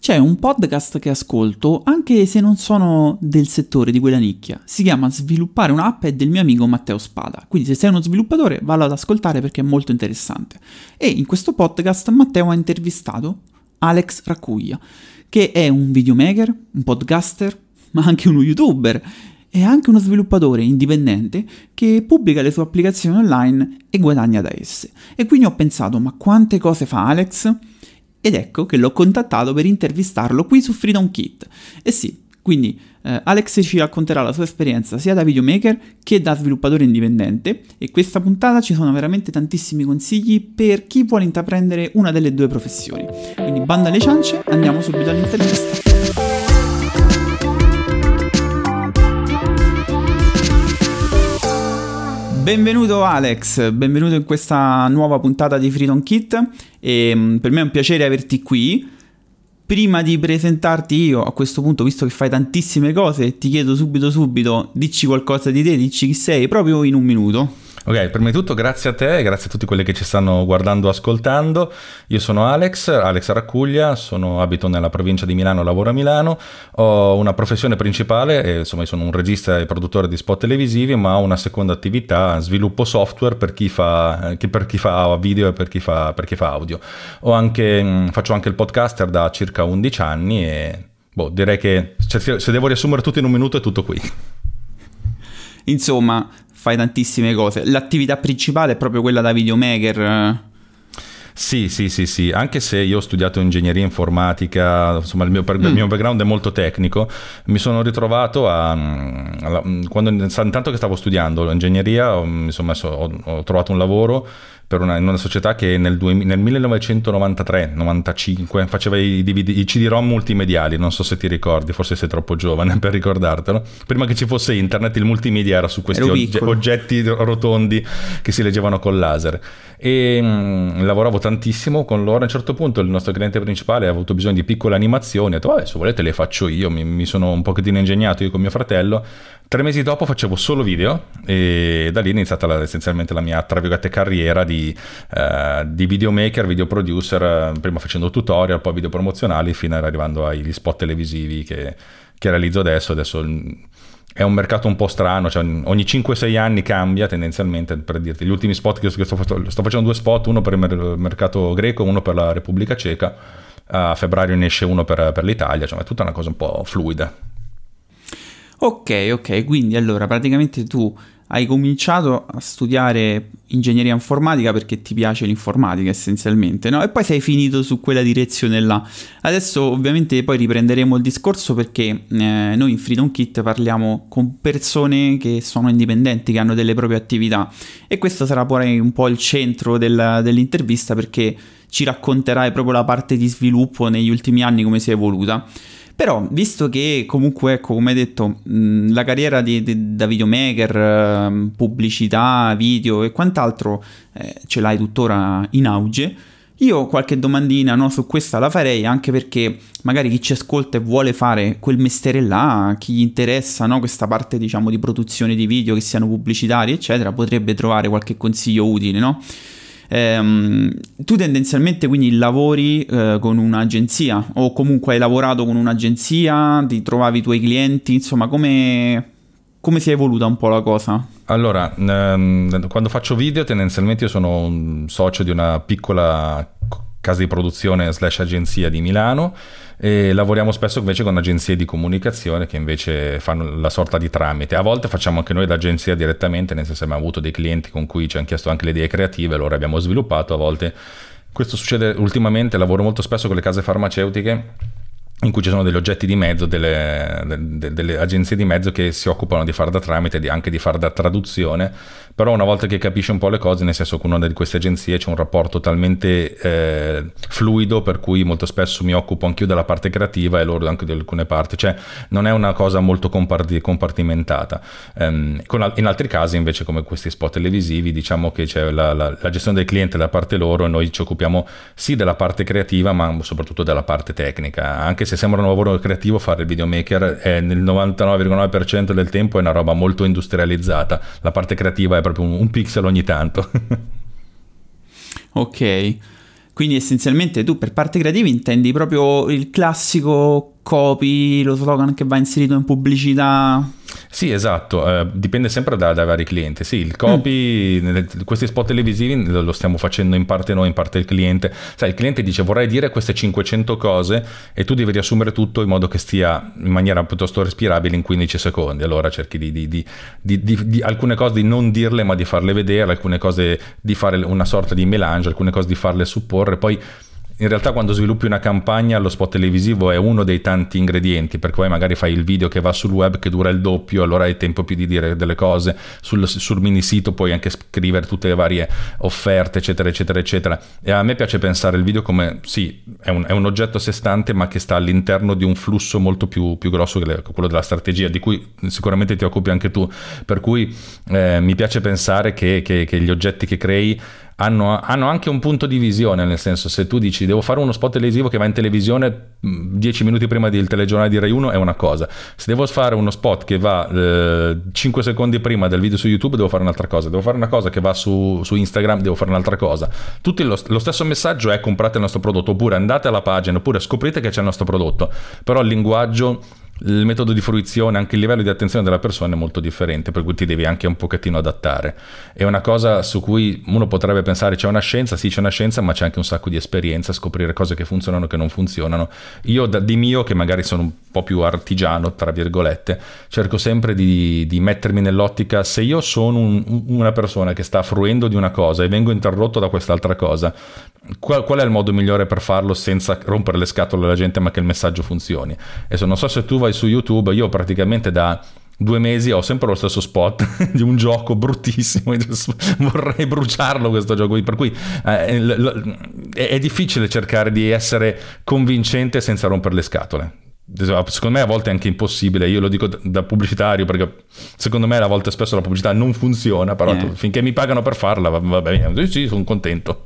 C'è un podcast che ascolto anche se non sono del settore di quella nicchia. Si chiama Sviluppare un'app, è del mio amico Matteo Spada. Quindi se sei uno sviluppatore vallo ad ascoltare perché è molto interessante. E in questo podcast Matteo ha intervistato Alex Raccuglia, che è un videomaker, un podcaster, ma anche uno youtuber. È anche uno sviluppatore indipendente che pubblica le sue applicazioni online e guadagna da esse. E quindi ho pensato, ma quante cose fa Alex? Ed ecco che l'ho contattato per intervistarlo qui su Freedom Kit. E sì, quindi Alex ci racconterà la sua esperienza sia da videomaker che da sviluppatore indipendente, e questa puntata ci sono veramente tantissimi consigli per chi vuole intraprendere una delle due professioni. Quindi banda alle ciance, andiamo subito all'intervista. Benvenuto Alex, benvenuto in questa nuova puntata di Freedom Kit e per me è un piacere averti qui. Prima di presentarti io, a questo punto, visto che fai tantissime cose, ti chiedo subito, dici qualcosa di te, dici chi sei, proprio in un minuto. Ok, prima di tutto grazie a te e grazie a tutti quelli che ci stanno guardando o ascoltando. Io sono Alex Raccuglia, abito nella provincia di Milano, lavoro a Milano, ho una professione principale, insomma io sono un regista e produttore di spot televisivi, ma ho una seconda attività, sviluppo software per chi fa video e per chi fa audio. Faccio anche il podcaster da circa 11 anni e direi che se devo riassumere tutto in un minuto è tutto qui. Insomma, fai tantissime cose. L'attività principale è proprio quella da videomaker? Sì, anche se io ho studiato ingegneria informatica, insomma il mio background è molto tecnico, mi sono ritrovato intanto che stavo studiando ingegneria, ho trovato un lavoro in una società che nel 1993-95 faceva i CD-ROM multimediali, non so se ti ricordi, forse sei troppo giovane per ricordartelo. Prima che ci fosse internet, il multimedia era su questi oggetti rotondi che si leggevano col laser. E lavoravo tantissimo con loro. A un certo punto il nostro cliente principale ha avuto bisogno di piccole animazioni, ho detto vabbè, se volete le faccio io, mi sono un pochettino ingegnato io con mio fratello. 3 mesi dopo facevo solo video e da lì è iniziata essenzialmente la mia, tra virgolette, carriera di videomaker, video producer, prima facendo tutorial, poi video promozionali, fino ad arrivando agli spot televisivi che realizzo adesso. È un mercato un po' strano, cioè ogni 5-6 anni cambia tendenzialmente. Per dirti, gli ultimi spot che sto facendo 2 spot, uno per il mercato greco, uno per la Repubblica Ceca. A febbraio ne esce uno per l'Italia, cioè è tutta una cosa un po' fluida. Ok, quindi allora praticamente tu hai cominciato a studiare ingegneria informatica perché ti piace l'informatica essenzialmente, no? E poi sei finito su quella direzione là. Adesso ovviamente poi riprenderemo il discorso perché noi in Freedom Kit parliamo con persone che sono indipendenti, che hanno delle proprie attività, e questo sarà poi un po' il centro dell'intervista, perché ci racconterai proprio la parte di sviluppo negli ultimi anni, come si è evoluta. Però, visto che comunque, ecco, come hai detto, la carriera da videomaker, pubblicità, video e quant'altro ce l'hai tuttora in auge, io qualche domandina, no, su questa la farei, anche perché magari chi ci ascolta e vuole fare quel mestiere là, chi gli interessa, no, questa parte, diciamo, di produzione di video, che siano pubblicitari, eccetera, potrebbe trovare qualche consiglio utile, no? Tu tendenzialmente quindi lavori con un'agenzia, o comunque hai lavorato con un'agenzia, ti trovavi i tuoi clienti, insomma come si è evoluta un po' la cosa? Allora, quando faccio video tendenzialmente io sono un socio di una piccola casa di produzione / agenzia di Milano, e lavoriamo spesso invece con agenzie di comunicazione che invece fanno la sorta di tramite. A volte facciamo anche noi l'agenzia direttamente, nel senso che abbiamo avuto dei clienti con cui ci hanno chiesto anche le idee creative, allora abbiamo sviluppato. A volte questo succede ultimamente, lavoro molto spesso con le case farmaceutiche, in cui ci sono degli oggetti di mezzo, delle agenzie di mezzo che si occupano di far da tramite, anche di far da traduzione. Però una volta che capisci un po' le cose, nel senso che con una di queste agenzie c'è un rapporto talmente fluido, per cui molto spesso mi occupo anch'io della parte creativa e loro anche di alcune parti, cioè non è una cosa molto compartimentata. In altri casi invece, come questi spot televisivi, diciamo che c'è la gestione del cliente da parte loro, e noi ci occupiamo sì della parte creativa ma soprattutto della parte tecnica. Anche se sembra un lavoro creativo, fare il videomaker nel 99,9% del tempo è una roba molto industrializzata. La parte creativa è proprio un pixel ogni tanto. Ok, Quindi essenzialmente tu per parte creativa intendi proprio il classico copy, lo slogan che va inserito in pubblicità? Sì, esatto, dipende sempre da vari clienti. Sì, il copy, questi spot televisivi lo stiamo facendo in parte noi, in parte il cliente. Sai, il cliente dice vorrei dire queste 500 cose e tu devi riassumere tutto in modo che stia in maniera piuttosto respirabile in 15 secondi. Allora cerchi di alcune cose di non dirle ma di farle vedere, alcune cose di fare una sorta di melange, alcune cose di farle supporre, poi in realtà quando sviluppi una campagna lo spot televisivo è uno dei tanti ingredienti, perché poi magari fai il video che va sul web che dura il doppio, allora hai tempo più di dire delle cose, sul mini sito puoi anche scrivere tutte le varie offerte eccetera eccetera eccetera. E a me piace pensare il video come sì, è un oggetto a sé stante ma che sta all'interno di un flusso molto più grosso che quello della strategia, di cui sicuramente ti occupi anche tu, per cui mi piace pensare che gli oggetti che crei hanno anche un punto di visione, nel senso, se tu dici devo fare uno spot televisivo che va in televisione 10 minuti prima del telegiornale di Rai 1 è una cosa, se devo fare uno spot che va 5 secondi prima del video su YouTube devo fare un'altra cosa, devo fare una cosa che va su Instagram devo fare un'altra cosa. Tutti lo stesso messaggio è: comprate il nostro prodotto, oppure andate alla pagina, oppure scoprite che c'è il nostro prodotto, però il linguaggio, il metodo di fruizione, anche il livello di attenzione della persona è molto differente, per cui ti devi anche un pochettino adattare. È una cosa su cui uno potrebbe pensare c'è una scienza, sì c'è una scienza, ma c'è anche un sacco di esperienza, scoprire cose che funzionano, che non funzionano. Io di mio, che magari sono un po' più artigiano tra virgolette, cerco sempre di mettermi nell'ottica: se io sono una persona che sta fruendo di una cosa e vengo interrotto da quest'altra cosa, qual è il modo migliore per farlo senza rompere le scatole alla gente ma che il messaggio funzioni? E non so se tu vai su YouTube, io praticamente da 2 mesi ho sempre lo stesso spot di un gioco bruttissimo, vorrei bruciarlo questo gioco, per cui è difficile cercare di essere convincente senza rompere le scatole. Secondo me a volte è anche impossibile, io lo dico da pubblicitario, perché secondo me a volte spesso la pubblicità non funziona, però finché mi pagano per farla va bene, sì, sono contento.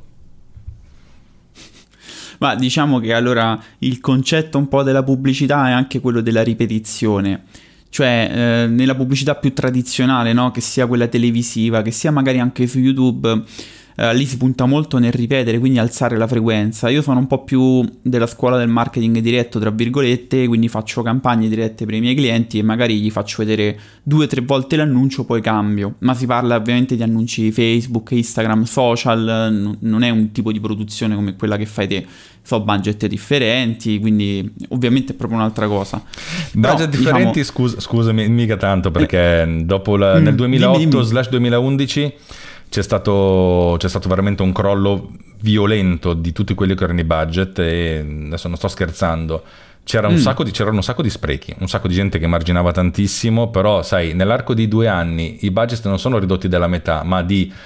Ma diciamo che allora il concetto un po' della pubblicità è anche quello della ripetizione, cioè nella pubblicità più tradizionale, no? Che sia quella televisiva, che sia magari anche su YouTube, lì si punta molto nel ripetere, quindi alzare la frequenza. Io sono un po' più della scuola del marketing diretto, tra virgolette, quindi faccio campagne dirette per i miei clienti e magari gli faccio vedere 2-3 volte l'annuncio, poi cambio. Ma si parla ovviamente di annunci Facebook, Instagram, social, non è un tipo di produzione come quella che fai te. So, budget differenti, quindi ovviamente è proprio un'altra cosa. Budget differenti, diciamo... scusami, mica tanto, perché dopo nel 2008/2011 c'è stato veramente un crollo violento di tutti quelli che erano i budget, e adesso non sto scherzando, c'erano un sacco di sprechi, un sacco di gente che marginava tantissimo, però sai, nell'arco di 2 anni i budget non sono ridotti della metà, ma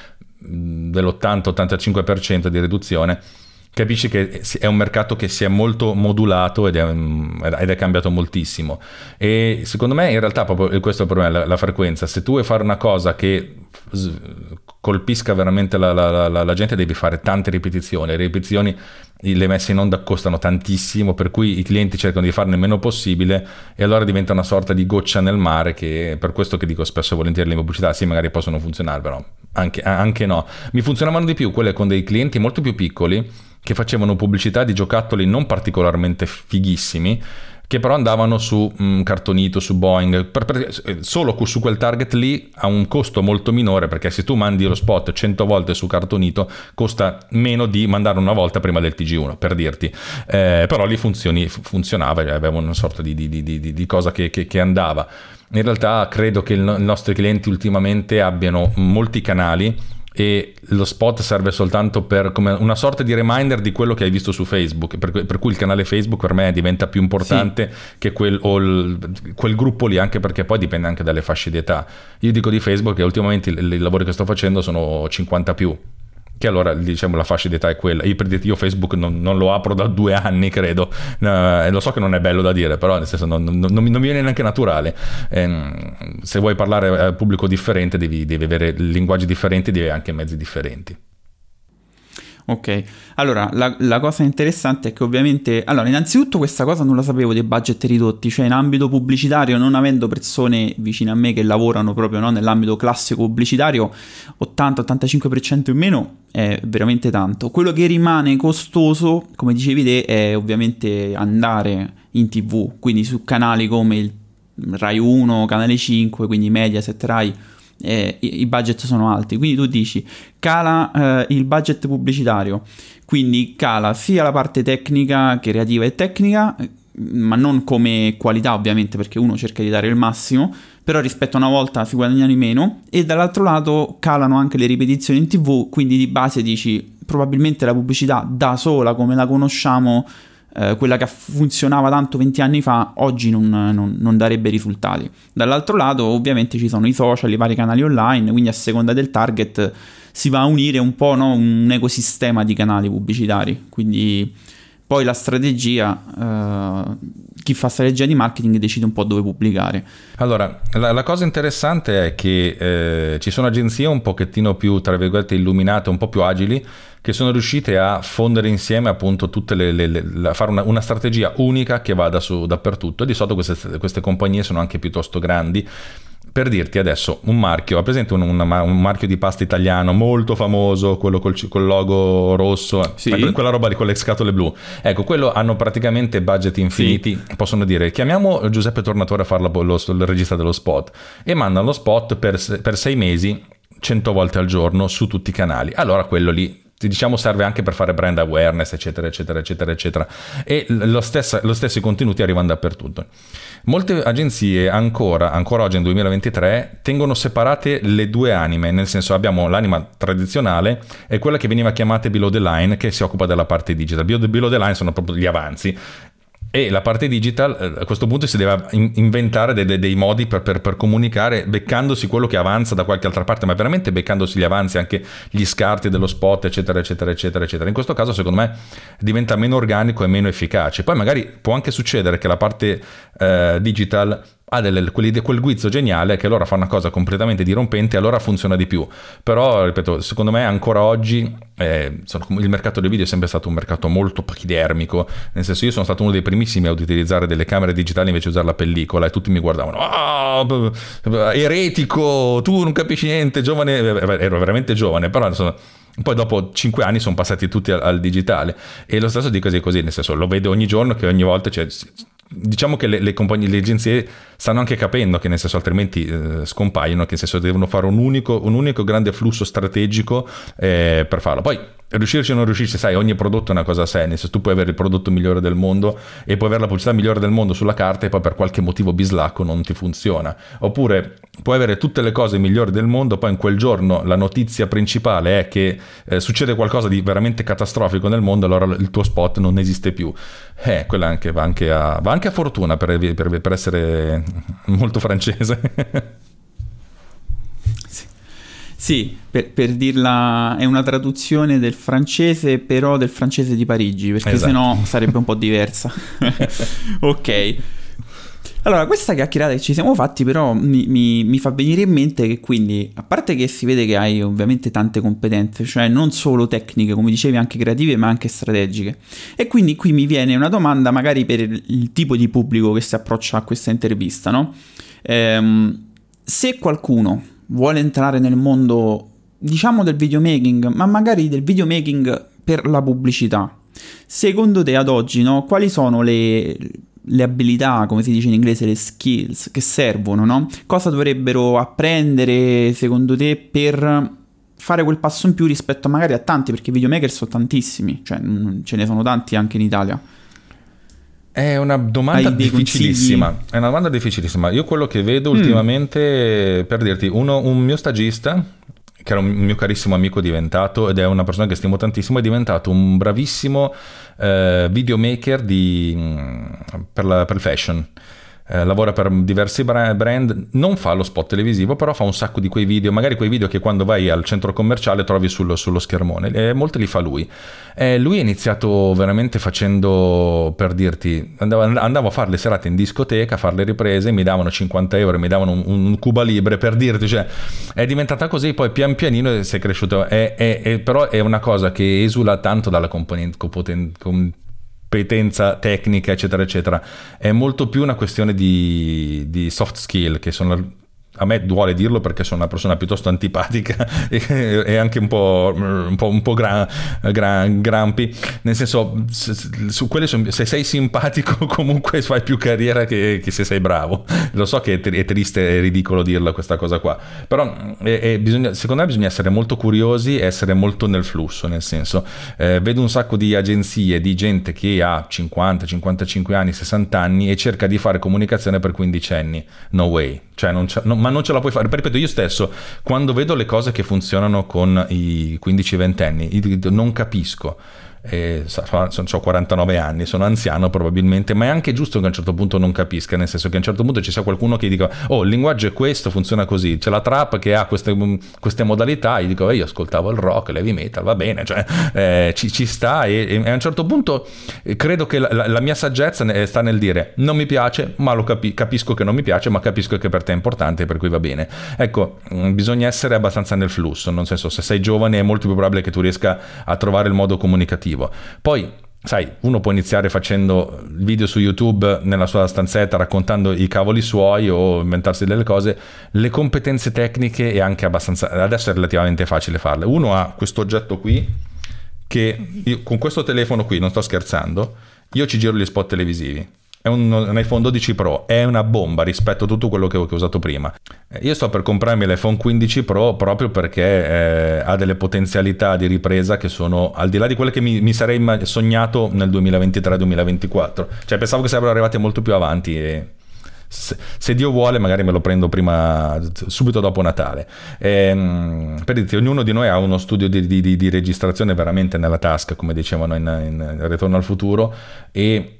dell'80-85% di riduzione. Capisci che è un mercato che si è molto modulato ed è cambiato moltissimo, e secondo me in realtà proprio questo è il problema, la frequenza. Se tu vuoi fare una cosa che colpisca veramente la gente, devi fare tante ripetizioni. Le ripetizioni, le messe in onda costano tantissimo, per cui i clienti cercano di farne il meno possibile, e allora diventa una sorta di goccia nel mare, che per questo che dico spesso e volentieri le pubblicità sì magari possono funzionare, però anche no. Mi funzionavano di più quelle con dei clienti molto più piccoli che facevano pubblicità di giocattoli non particolarmente fighissimi, che però andavano su Cartonito, su Boeing, solo su quel target lì a un costo molto minore, perché se tu mandi lo spot 100 volte su Cartonito costa meno di mandare una volta prima del TG1, per dirti, però lì funzionava, aveva una sorta di cosa che andava. In realtà credo che i nostri clienti ultimamente abbiano molti canali, e lo spot serve soltanto come una sorta di reminder di quello che hai visto su Facebook, per cui il canale Facebook per me diventa più importante che quel gruppo lì, anche perché poi dipende anche dalle fasce di età. Io dico di Facebook che ultimamente i lavori che sto facendo sono 50 più, che allora diciamo la fascia di età è quella. Io Facebook non lo apro da 2 anni credo, lo so che non è bello da dire, però nel senso non mi viene neanche naturale. Se vuoi parlare al pubblico differente devi avere linguaggi differenti, devi avere anche mezzi differenti. Ok, allora la cosa interessante è che ovviamente, allora innanzitutto questa cosa non la sapevo dei budget ridotti, cioè in ambito pubblicitario, non avendo persone vicine a me che lavorano proprio, no, nell'ambito classico pubblicitario, 80-85% in meno è veramente tanto. Quello che rimane costoso, come dicevi te, è ovviamente andare in TV, quindi su canali come il Rai 1, Canale 5, quindi Mediaset, Rai. I budget sono alti, quindi tu dici cala il budget pubblicitario, quindi cala sia la parte tecnica, creativa e tecnica, ma non come qualità ovviamente, perché uno cerca di dare il massimo, però rispetto a una volta si guadagnano di meno, e dall'altro lato calano anche le ripetizioni in TV, quindi di base dici probabilmente la pubblicità da sola come la conosciamo, quella che funzionava tanto 20 anni fa, oggi non darebbe risultati. Dall'altro lato ovviamente ci sono i social, i vari canali online, quindi a seconda del target si va a unire un po', no, un ecosistema di canali pubblicitari, quindi poi la strategia, chi fa strategia di marketing decide un po' dove pubblicare. Allora, la cosa interessante è che ci sono agenzie un pochettino più, tra virgolette, illuminate, un po' più agili, che sono riuscite a fondere insieme appunto tutte a fare una strategia unica che vada dappertutto, e di solito queste compagnie sono anche piuttosto grandi. Per dirti adesso, un marchio, ha presente un marchio di pasta italiano molto famoso, quello col logo rosso, sì, quella roba con le scatole blu, ecco, quello hanno praticamente budget infiniti, sì. Possono dire chiamiamo Giuseppe Tornatore a fare il regista dello spot, e mandano lo spot per 6 mesi 100 volte al giorno su tutti i canali. Allora quello lì, diciamo, serve anche per fare brand awareness, eccetera eccetera eccetera eccetera, e lo stesso i contenuti arrivano dappertutto. Molte agenzie ancora oggi nel 2023 tengono separate le due anime, nel senso abbiamo l'anima tradizionale e quella che veniva chiamata below the line, che si occupa della parte digital. Below the line sono proprio gli avanzi, e la parte digital a questo punto si deve inventare dei modi per comunicare, beccandosi quello che avanza da qualche altra parte, ma veramente beccandosi gli avanzi, anche gli scarti dello spot, eccetera eccetera eccetera eccetera. In questo caso secondo me diventa meno organico e meno efficace. Poi magari può anche succedere che la parte digital ha quel guizzo geniale che allora fa una cosa completamente dirompente e allora funziona di più. Però, ripeto, secondo me ancora oggi il mercato dei video è sempre stato un mercato molto pachidermico, nel senso, io sono stato uno dei primissimi ad utilizzare delle camere digitali invece di usare la pellicola, e tutti mi guardavano, eretico, tu non capisci niente, giovane. Ero veramente giovane, però insomma, poi dopo 5 anni sono passati tutti al digitale, e lo stesso dico così, nel senso, lo vedo ogni giorno che ogni volta diciamo che le compagnie, le agenzie stanno anche capendo che, nel senso, altrimenti scompaiono, che nel senso devono fare un unico grande flusso strategico per farlo. Poi riuscirci o non riuscirci, sai, ogni prodotto è una cosa a sé, nel senso, tu puoi avere il prodotto migliore del mondo e puoi avere la pubblicità migliore del mondo sulla carta, e poi per qualche motivo bislacco non ti funziona. Oppure puoi avere tutte le cose migliori del mondo, poi in quel giorno la notizia principale è che succede qualcosa di veramente catastrofico nel mondo, allora il tuo spot non esiste più. Quella anche va anche a fortuna, per essere molto francese. Sì, per dirla, è una traduzione del francese, però del francese di Parigi, perché esatto. Sennò sarebbe un po' diversa. Ok. Allora, questa chiacchierata che ci siamo fatti però mi fa venire in mente che, quindi, a parte che si vede che hai ovviamente tante competenze, cioè non solo tecniche, come dicevi, anche creative, ma anche strategiche. E quindi qui mi viene una domanda magari per il tipo di pubblico che si approccia a questa intervista, no? Se qualcuno vuole entrare nel mondo, diciamo, del videomaking, ma magari del videomaking per la pubblicità, secondo te ad oggi, no? Quali sono le abilità, come si dice in inglese, le skills che servono, no? Cosa dovrebbero apprendere secondo te per fare quel passo in più rispetto magari a tanti, perché i videomaker sono tantissimi, cioè ce ne sono tanti anche in Italia. È una domanda difficilissima. Consigli? È una domanda difficilissima. Io quello che vedo ultimamente, per dirti, un mio stagista, che era un mio carissimo amico diventato, ed è una persona che stimo tantissimo, è diventato un bravissimo videomaker per il fashion. lavora per diversi brand, non fa lo spot televisivo, però fa un sacco di quei video, magari quei video che quando vai al centro commerciale trovi sullo schermone, e molti li fa lui. Lui ha iniziato veramente facendo, per dirti, andavo a fare le serate in discoteca, a fare le riprese, mi davano 50 euro, mi davano un Cuba Libre, per dirti, cioè è diventata così, poi pian pianino si è cresciuto, però è una cosa che esula tanto dalla competenza tecnica, eccetera eccetera, è molto più una questione di soft skill, che sono, a me duole dirlo perché sono una persona piuttosto antipatica e anche un po' grampi, nel senso, su quelle se sei simpatico comunque fai più carriera che se sei bravo. Lo so che è triste e ridicolo dirla questa cosa qua, però secondo me bisogna essere molto curiosi e essere molto nel flusso, nel senso, vedo un sacco di agenzie di gente che ha 50, 55 anni, 60 anni e cerca di fare comunicazione per 15 anni. No way, cioè ma non ce la puoi fare. Ripeto, io stesso quando vedo le cose che funzionano con i 15-20 anni non capisco. Ho 49 anni, sono anziano probabilmente, ma è anche giusto che a un certo punto non capisca, nel senso che a un certo punto ci sia qualcuno che dica: oh, il linguaggio è questo, funziona così. C'è la trap che ha queste modalità, io dico: io ascoltavo il rock, l'heavy metal, va bene, cioè ci sta, e a un certo punto credo che la mia saggezza sta nel dire: non mi piace, ma capisco che non mi piace, ma capisco che per te è importante, per cui va bene. Ecco, bisogna essere abbastanza nel flusso, nel senso, se sei giovane è molto più probabile che tu riesca a trovare il modo comunicativo. Poi, sai, uno può iniziare facendo video su YouTube nella sua stanzetta raccontando i cavoli suoi o inventarsi delle cose. Le competenze tecniche è anche abbastanza, adesso è relativamente facile farle. Uno ha questo oggetto qui che io, con questo telefono qui, non sto scherzando, io ci giro gli spot televisivi. È un iPhone 12 Pro, è una bomba rispetto a tutto quello che ho usato prima. Io sto per comprarmi l'iPhone 15 Pro proprio perché ha delle potenzialità di ripresa che sono al di là di quelle che mi sarei sognato nel 2023-2024. Cioè pensavo che sarebbero arrivate molto più avanti, e se Dio vuole magari me lo prendo prima, subito dopo Natale. Per dirti, ognuno di noi ha uno studio di registrazione veramente nella tasca, come dicevano in Ritorno al futuro, e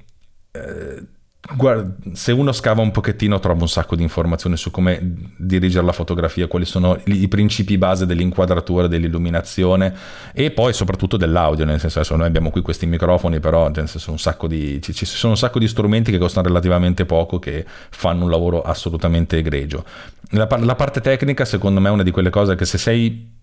guarda, se uno scava un pochettino trova un sacco di informazioni su come dirigere la fotografia, quali sono i principi base dell'inquadratura, dell'illuminazione e poi soprattutto dell'audio, nel senso, adesso noi abbiamo qui questi microfoni, però nel senso, ci sono un sacco di strumenti che costano relativamente poco, che fanno un lavoro assolutamente egregio. La parte tecnica secondo me è una di quelle cose che se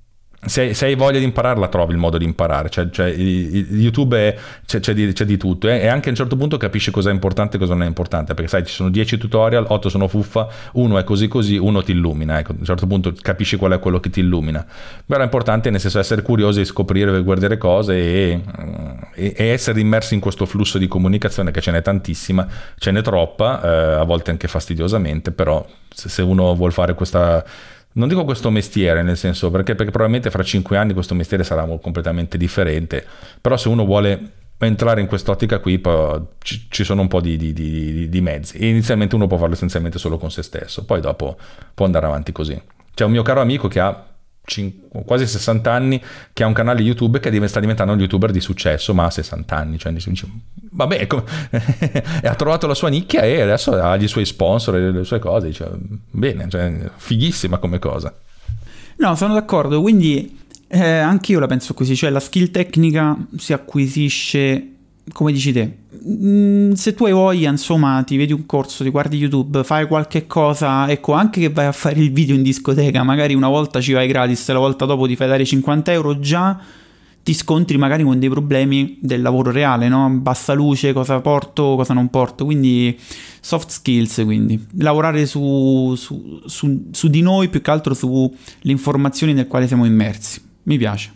hai voglia di impararla trovi il modo di imparare, cioè YouTube c'è di tutto, e anche a un certo punto capisci cosa è importante e cosa non è importante, perché sai, ci sono 10 tutorial, 8 sono fuffa, uno è così, uno ti illumina, ecco, a un certo punto capisci qual è quello che ti illumina. Però è importante, nel senso, essere curiosi, scoprire, guardare cose e essere immersi in questo flusso di comunicazione, che ce n'è tantissima, ce n'è troppa, a volte anche fastidiosamente, però se uno vuol fare non dico questo mestiere, nel senso, perché probabilmente fra 5 anni questo mestiere sarà completamente differente, però se uno vuole entrare in quest'ottica qui, poi ci sono un po' di mezzi, e inizialmente uno può farlo essenzialmente solo con se stesso, poi dopo può andare avanti così. C'è un mio caro amico che ha quasi 60 anni, che ha un canale YouTube che sta diventando un youtuber di successo, ma ha 60 anni, cioè dice, vabbè, e ha trovato la sua nicchia e adesso ha i suoi sponsor e le sue cose, dice, bene, cioè, fighissima come cosa. No, sono d'accordo, quindi anche io la penso così, cioè la skill tecnica si acquisisce, come dici te. Se tu hai voglia, insomma, ti vedi un corso, ti guardi YouTube, fai qualche cosa, ecco, anche che vai a fare il video in discoteca, magari una volta ci vai gratis e la volta dopo ti fai dare 50 euro, già ti scontri magari con dei problemi del lavoro reale, no? Bassa luce, cosa porto, cosa non porto, quindi soft skills, quindi lavorare su di noi, più che altro sulle informazioni nel quale siamo immersi. Mi piace.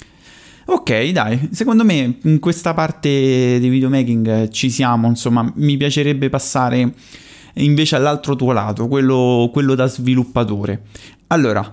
Ok, dai, secondo me in questa parte di videomaking ci siamo, insomma, mi piacerebbe passare invece all'altro tuo lato, quello da sviluppatore. Allora,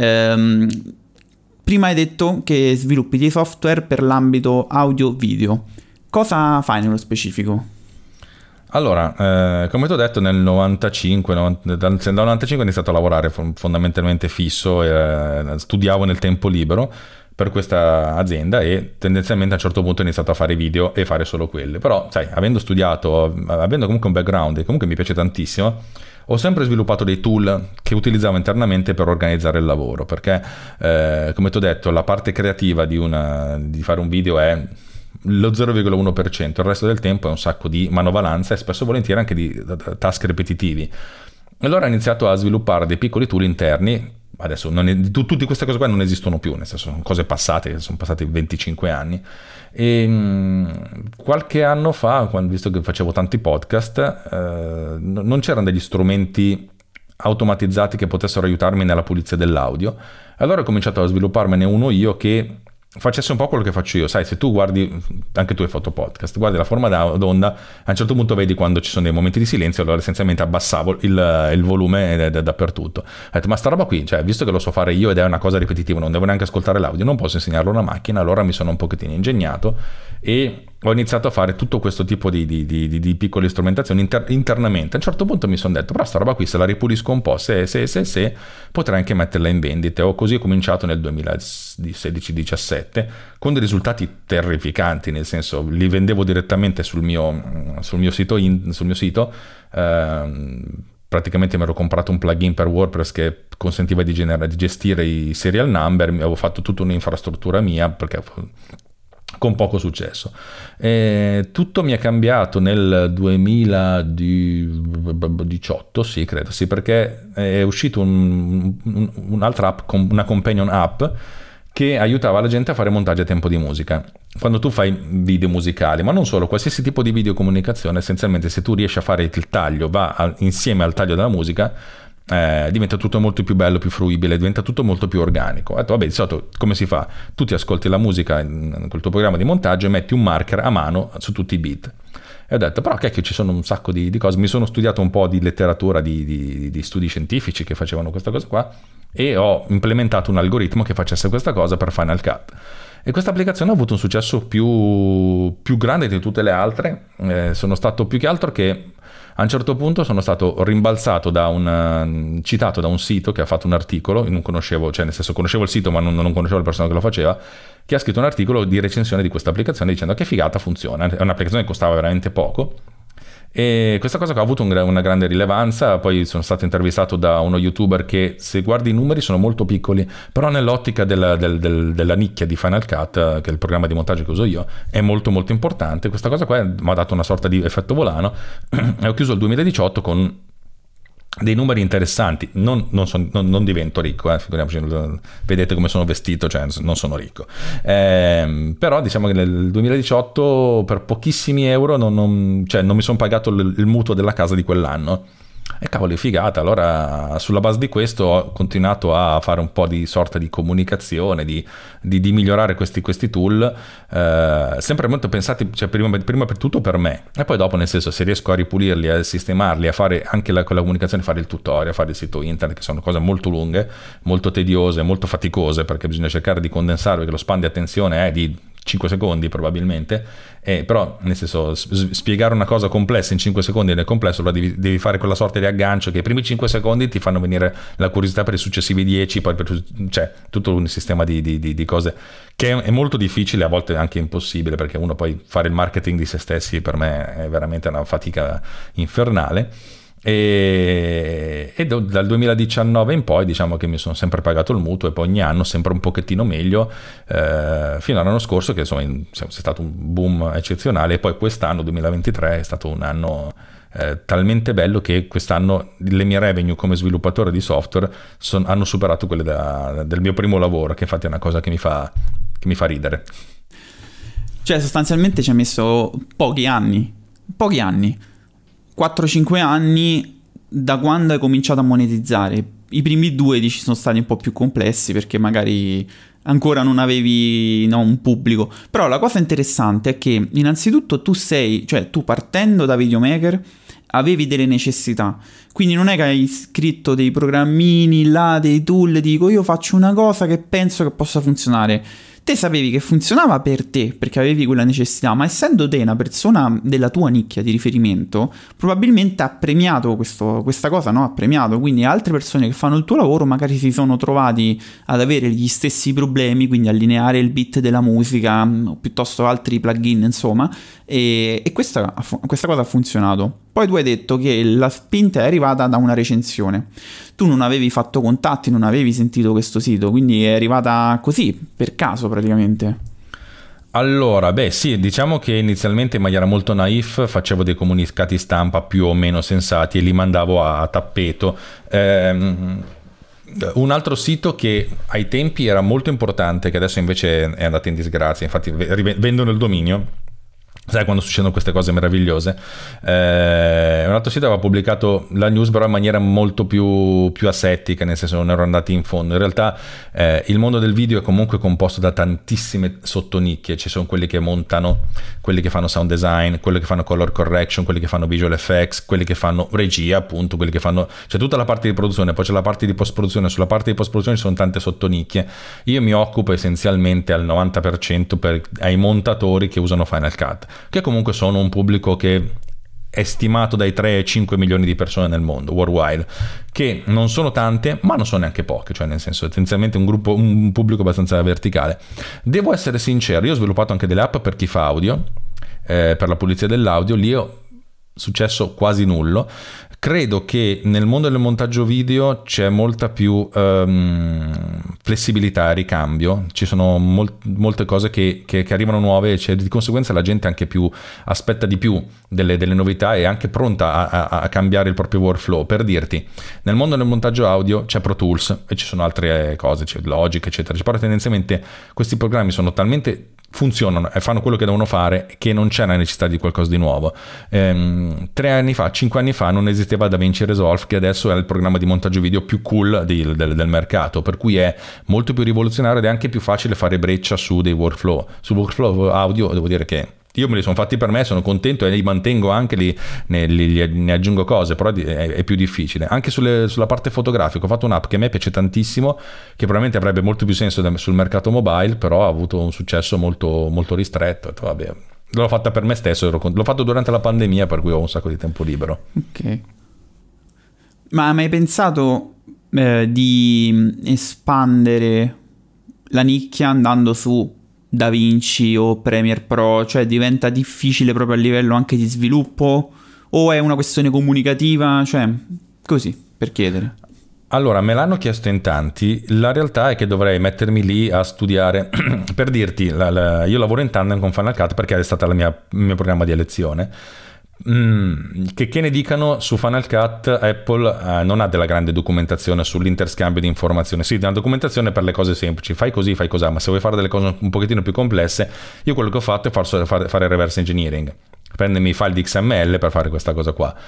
prima hai detto che sviluppi dei software per l'ambito audio-video. Cosa fai nello specifico? Allora, come ti ho detto, nel 95 ho iniziato a lavorare fondamentalmente fisso, studiavo nel tempo libero. per questa azienda e tendenzialmente a un certo punto ho iniziato a fare video e fare solo quelle. Però, sai, avendo studiato, avendo comunque un background e comunque mi piace tantissimo, ho sempre sviluppato dei tool che utilizzavo internamente per organizzare il lavoro, perché come ti ho detto, la parte creativa di fare un video è lo 0,1%, il resto del tempo è un sacco di manovalanza e spesso e volentieri anche di task ripetitivi. Allora ho iniziato a sviluppare dei piccoli tool interni. Adesso tutte queste cose qua non esistono più, nel senso sono cose passate, sono passati 25 anni. E qualche anno fa, visto che facevo tanti podcast, non c'erano degli strumenti automatizzati che potessero aiutarmi nella pulizia dell'audio. Allora ho cominciato a svilupparmene uno io che facesse un po' quello che faccio io. Sai, se tu guardi, anche tu hai fatto podcast, guardi la forma d'onda, a un certo punto vedi quando ci sono dei momenti di silenzio, allora essenzialmente abbassavo il volume dappertutto. Ho detto, ma sta roba qui, cioè, visto che lo so fare io ed è una cosa ripetitiva, non devo neanche ascoltare l'audio, non posso insegnarlo a una macchina. Allora mi sono un pochettino ingegnato e ho iniziato a fare tutto questo tipo di piccole strumentazioni internamente. A un certo punto mi sono detto, però sta roba qui se la ripulisco un po', se potrei anche metterla in vendita. Ho così cominciato nel 2016-17 con dei risultati terrificanti, nel senso li vendevo direttamente sul mio sito. Praticamente mi ero comprato un plugin per WordPress che consentiva di gestire i serial number, avevo fatto tutta un'infrastruttura mia perché con poco successo. Tutto mi è cambiato nel 2018, sì, credo, sì, perché è uscito un'altra app, una companion app che aiutava la gente a fare montaggio a tempo di musica. Quando tu fai video musicali, ma non solo, qualsiasi tipo di videocomunicazione, essenzialmente se tu riesci a fare il taglio, insieme al taglio della musica, diventa tutto molto più bello, più fruibile, diventa tutto molto più organico. Ho detto, vabbè, di solito come si fa? Tu ti ascolti la musica col tuo programma di montaggio e metti un marker a mano su tutti i beat. E ho detto, però cacchio, ci sono un sacco di cose. Mi sono studiato un po' di letteratura di studi scientifici che facevano questa cosa qua e ho implementato un algoritmo che facesse questa cosa per Final Cut. E questa applicazione ha avuto un successo più grande di tutte le altre. Sono stato più che altro che a un certo punto sono stato rimbalzato citato da un sito che ha fatto un articolo, non conoscevo, cioè nel senso conoscevo il sito ma non conoscevo la persona che lo faceva, che ha scritto un articolo di recensione di questa applicazione dicendo che figata, funziona, è un'applicazione che costava veramente poco. E questa cosa che ha avuto una grande rilevanza. Poi sono stato intervistato da uno youtuber che, se guardi i numeri, sono molto piccoli, però nell'ottica della nicchia di Final Cut, che è il programma di montaggio che uso io, è molto molto importante. Questa cosa qua mi ha dato una sorta di effetto volano e ho chiuso il 2018 con dei numeri interessanti. Non divento ricco, figuriamoci, vedete come sono vestito, cioè non sono ricco, però diciamo che nel 2018 per pochissimi euro non mi sono pagato il mutuo della casa di quell'anno. E cavolo, è figata. Allora sulla base di questo ho continuato a fare un po' di sorta di comunicazione, di migliorare questi tool, sempre molto pensati, cioè prima per tutto per me, e poi dopo, nel senso, se riesco a ripulirli, a sistemarli, a fare anche con la comunicazione, fare il tutorial, fare il sito internet, che sono cose molto lunghe, molto tediose, molto faticose, perché bisogna cercare di condensare, perché lo span di attenzione è di 5 secondi probabilmente, però nel senso spiegare una cosa complessa in 5 secondi nel complesso, allora devi fare quella sorta di aggancio che i primi 5 secondi ti fanno venire la curiosità per i successivi 10, poi cioè tutto un sistema di cose che è molto difficile, a volte anche impossibile, perché uno poi fare il marketing di se stessi per me è veramente una fatica infernale. E dal 2019 in poi diciamo che mi sono sempre pagato il mutuo, e poi ogni anno sempre un pochettino meglio, fino all'anno scorso che insomma è stato un boom eccezionale. E poi quest'anno 2023 è stato un anno talmente bello che quest'anno le mie revenue come sviluppatore di software hanno superato quelle del mio primo lavoro, che infatti è una cosa che mi fa ridere. Cioè sostanzialmente ci ha messo pochi anni 4-5 anni da quando hai cominciato a monetizzare. I primi 2 dici sono stati un po' più complessi perché magari ancora non avevi un pubblico. Però la cosa interessante è che innanzitutto tu partendo da videomaker avevi delle necessità, quindi non è che hai scritto dei programmini là, dei tool, dico io faccio una cosa che penso che possa funzionare. te sapevi che funzionava per te perché avevi quella necessità, ma essendo te una persona della tua nicchia di riferimento, probabilmente ha premiato questa cosa, no? Ha premiato, quindi altre persone che fanno il tuo lavoro magari si sono trovati ad avere gli stessi problemi, quindi allineare il beat della musica o piuttosto altri plugin, insomma, e questa cosa ha funzionato. Poi tu hai detto che la spinta è arrivata da una recensione. Tu non avevi fatto contatti, non avevi sentito questo sito, quindi è arrivata così, per caso praticamente. Allora, beh sì, diciamo che inizialmente in maniera molto naif facevo dei comunicati stampa più o meno sensati e li mandavo a tappeto. Un altro sito che ai tempi era molto importante, che adesso invece è andato in disgrazia, infatti vendono il dominio. Sai quando succedono queste cose meravigliose? Un altro sito aveva pubblicato la news però in maniera molto più asettica, nel senso non ero andati in fondo. In realtà il mondo del video è comunque composto da tantissime sottonicchie. Ci sono quelli che montano, quelli che fanno sound design, quelli che fanno color correction, quelli che fanno visual effects, quelli che fanno regia, appunto, quelli che fanno... C'è tutta la parte di produzione, poi c'è la parte di post-produzione. Sulla parte di post-produzione ci sono tante sottonicchie. Io mi occupo essenzialmente al 90% ai montatori che usano Final Cut, che comunque sono un pubblico che è stimato dai 3 ai 5 milioni di persone nel mondo, worldwide, che non sono tante, ma non sono neanche poche, cioè nel senso essenzialmente un pubblico abbastanza verticale. Devo essere sincero, io ho sviluppato anche delle app per chi fa audio, per la pulizia dell'audio, lì è successo quasi nullo. Credo che nel mondo del montaggio video c'è molta più flessibilità e ricambio, ci sono molte cose che arrivano nuove, e di conseguenza la gente anche più aspetta di più delle novità e è anche pronta a cambiare il proprio workflow. Per dirti, nel mondo del montaggio audio c'è Pro Tools e ci sono altre cose, c'è Logic eccetera, però tendenzialmente questi programmi sono talmente funzionano e fanno quello che devono fare che non c'è la necessità di qualcosa di nuovo. 3 anni fa, 5 anni fa non esisteva DaVinci Resolve, che adesso è il programma di montaggio video più cool del mercato, per cui è molto più rivoluzionario ed è anche più facile fare breccia su dei workflow. Sul workflow audio devo dire che io me li sono fatti per me, sono contento e li mantengo anche, ne aggiungo cose, però è più difficile. Anche sulla parte fotografica ho fatto un'app che a me piace tantissimo, che probabilmente avrebbe molto più senso sul mercato mobile, però ha avuto un successo molto, molto ristretto. Vabbè, l'ho fatta per me stesso, l'ho fatto durante la pandemia, per cui ho un sacco di tempo libero. Ok. Ma hai mai pensato di espandere la nicchia andando su DaVinci o Premiere Pro? Cioè diventa difficile proprio a livello anche di sviluppo o è una questione comunicativa? Cioè, così, per chiedere. Allora, me l'hanno chiesto in tanti, la realtà è che dovrei mettermi lì a studiare. Per dirti, io lavoro in tandem con Final Cut perché è stato il mio programma di elezione. Che ne dicano, su Final Cut Apple non ha della grande documentazione sull'interscambio di informazioni. Sì, una documentazione per le cose semplici, fai così, fai così, ma se vuoi fare delle cose un pochettino più complesse, io quello che ho fatto è fare reverse engineering, prendermi i file di XML per fare questa cosa qua.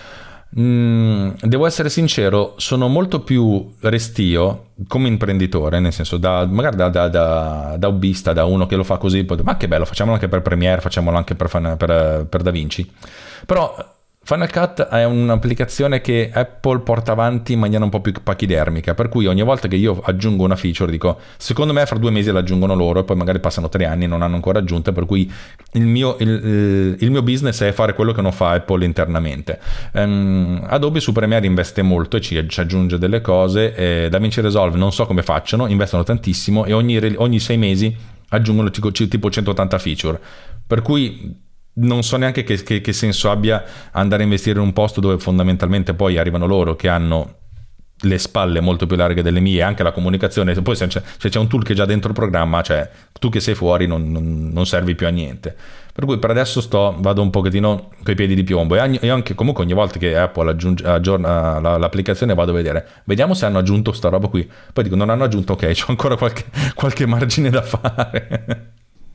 Devo essere sincero, sono molto più restio come imprenditore, nel senso magari da hobbista, da uno che lo fa così, ma che bello, facciamolo anche per Premiere, facciamolo anche per DaVinci. Però Final Cut è un'applicazione che Apple porta avanti in maniera un po' più pachidermica, per cui ogni volta che io aggiungo una feature dico, secondo me fra 2 mesi la aggiungono loro e poi magari passano 3 anni e non hanno ancora aggiunta, per cui il mio business è fare quello che non fa Apple internamente. Adobe su Premiere investe molto e ci aggiunge delle cose, DaVinci Resolve non so come facciano, investono tantissimo e ogni 6 mesi aggiungono tipo 180 feature, per cui non so neanche che senso abbia andare a investire in un posto dove fondamentalmente poi arrivano loro che hanno le spalle molto più larghe delle mie, anche la comunicazione. Poi se c'è un tool che è già dentro il programma, cioè tu che sei fuori non servi più a niente. Per cui per adesso vado un pochettino coi piedi di piombo e anche comunque ogni volta che Apple aggiorna l'applicazione vado a vedere, vediamo se hanno aggiunto sta roba qui, poi dico non hanno aggiunto, ok, c'ho ancora qualche margine da fare.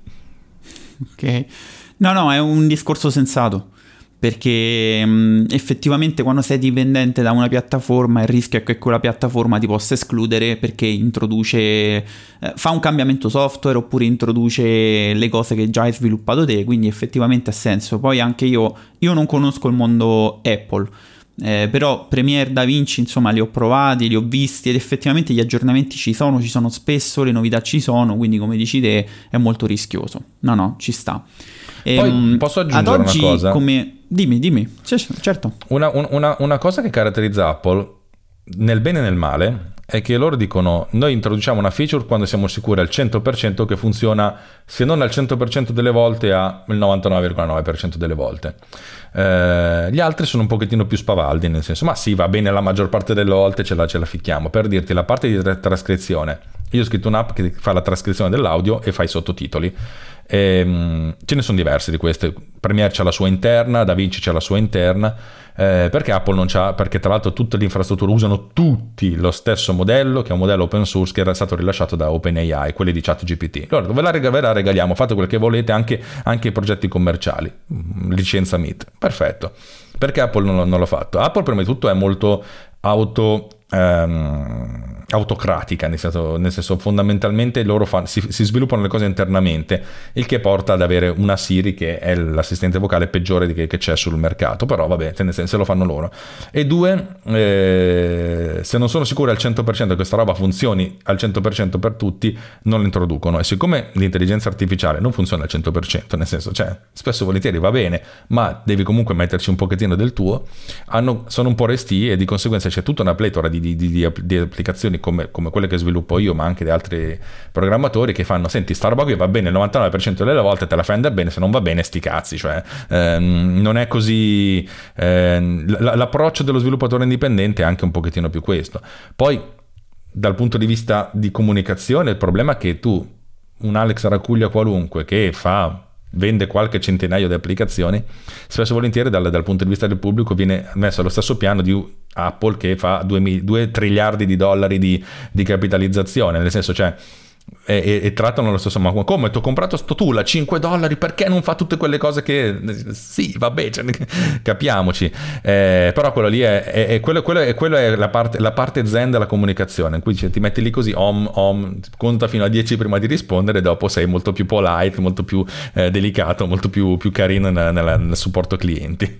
Ok. No, è un discorso sensato, perché effettivamente quando sei dipendente da una piattaforma il rischio è che quella piattaforma ti possa escludere perché introduce, fa un cambiamento software oppure introduce le cose che già hai sviluppato te, quindi effettivamente ha senso. Poi anche io non conosco il mondo Apple, Però Premiere, DaVinci, insomma, li ho provati, li ho visti ed effettivamente gli aggiornamenti ci sono spesso, le novità ci sono, quindi come dici te è molto rischioso. No, ci sta. Poi posso aggiungere ad oggi, una cosa? Dimmi. Certo. Una cosa che caratterizza Apple, nel bene e nel male, è che loro dicono: noi introduciamo una feature quando siamo sicuri al 100% che funziona, se non al 100% delle volte, al 99,9% delle volte. Gli altri sono un pochettino più spavaldi, nel senso, ma sì, va bene, la maggior parte delle volte ce la ficchiamo. Per dirti, la parte di trascrizione, io ho scritto un'app che fa la trascrizione dell'audio e fa i sottotitoli. Ce ne sono diverse di queste. Premiere c'ha la sua interna, DaVinci c'ha la sua interna, perché Apple non c'ha, perché tra l'altro tutte le infrastrutture usano tutti lo stesso modello, che è un modello open source che era stato rilasciato da OpenAI, quelli di ChatGPT. Allora ve la regaliamo, fate quel che volete, anche i progetti commerciali, licenza MIT, perfetto. Perché Apple non l'ha fatto? Apple prima di tutto è molto autocratica, nel senso fondamentalmente loro si sviluppano le cose internamente, il che porta ad avere una Siri che è l'assistente vocale peggiore che c'è sul mercato, però vabbè, se lo fanno loro. E due, se non sono sicuri al 100% che questa roba funzioni al 100% per tutti, non lo introducono. E siccome l'intelligenza artificiale non funziona al 100%, nel senso, cioè, spesso e volentieri va bene, ma devi comunque metterci un pochettino del tuo, sono un po' restii, e di conseguenza c'è tutta una pletora di applicazioni come quelle che sviluppo io, ma anche di altri programmatori, che fanno: senti, sta roba qui va bene il 99% delle volte, te la fai andare bene, se non va bene sti cazzi. Cioè non è così. L'approccio dello sviluppatore indipendente è anche un pochettino più questo. Poi dal punto di vista di comunicazione, il problema è che tu, un Alex Racuglia qualunque che vende qualche centinaio di applicazioni, spesso e volentieri dal punto di vista del pubblico viene messo allo stesso piano di Apple, che fa 2 triliardi di dollari di capitalizzazione, nel senso, cioè, e trattano allo stesso modo. Come ti ho comprato sto tool a $5, perché non fa tutte quelle cose che sì, vabbè, cioè, capiamoci, però quello lì quello è la parte zen della comunicazione, in cui ti metti lì così, conta fino a 10 prima di rispondere, e dopo sei molto più polite, molto più delicato, molto più carino nel supporto clienti.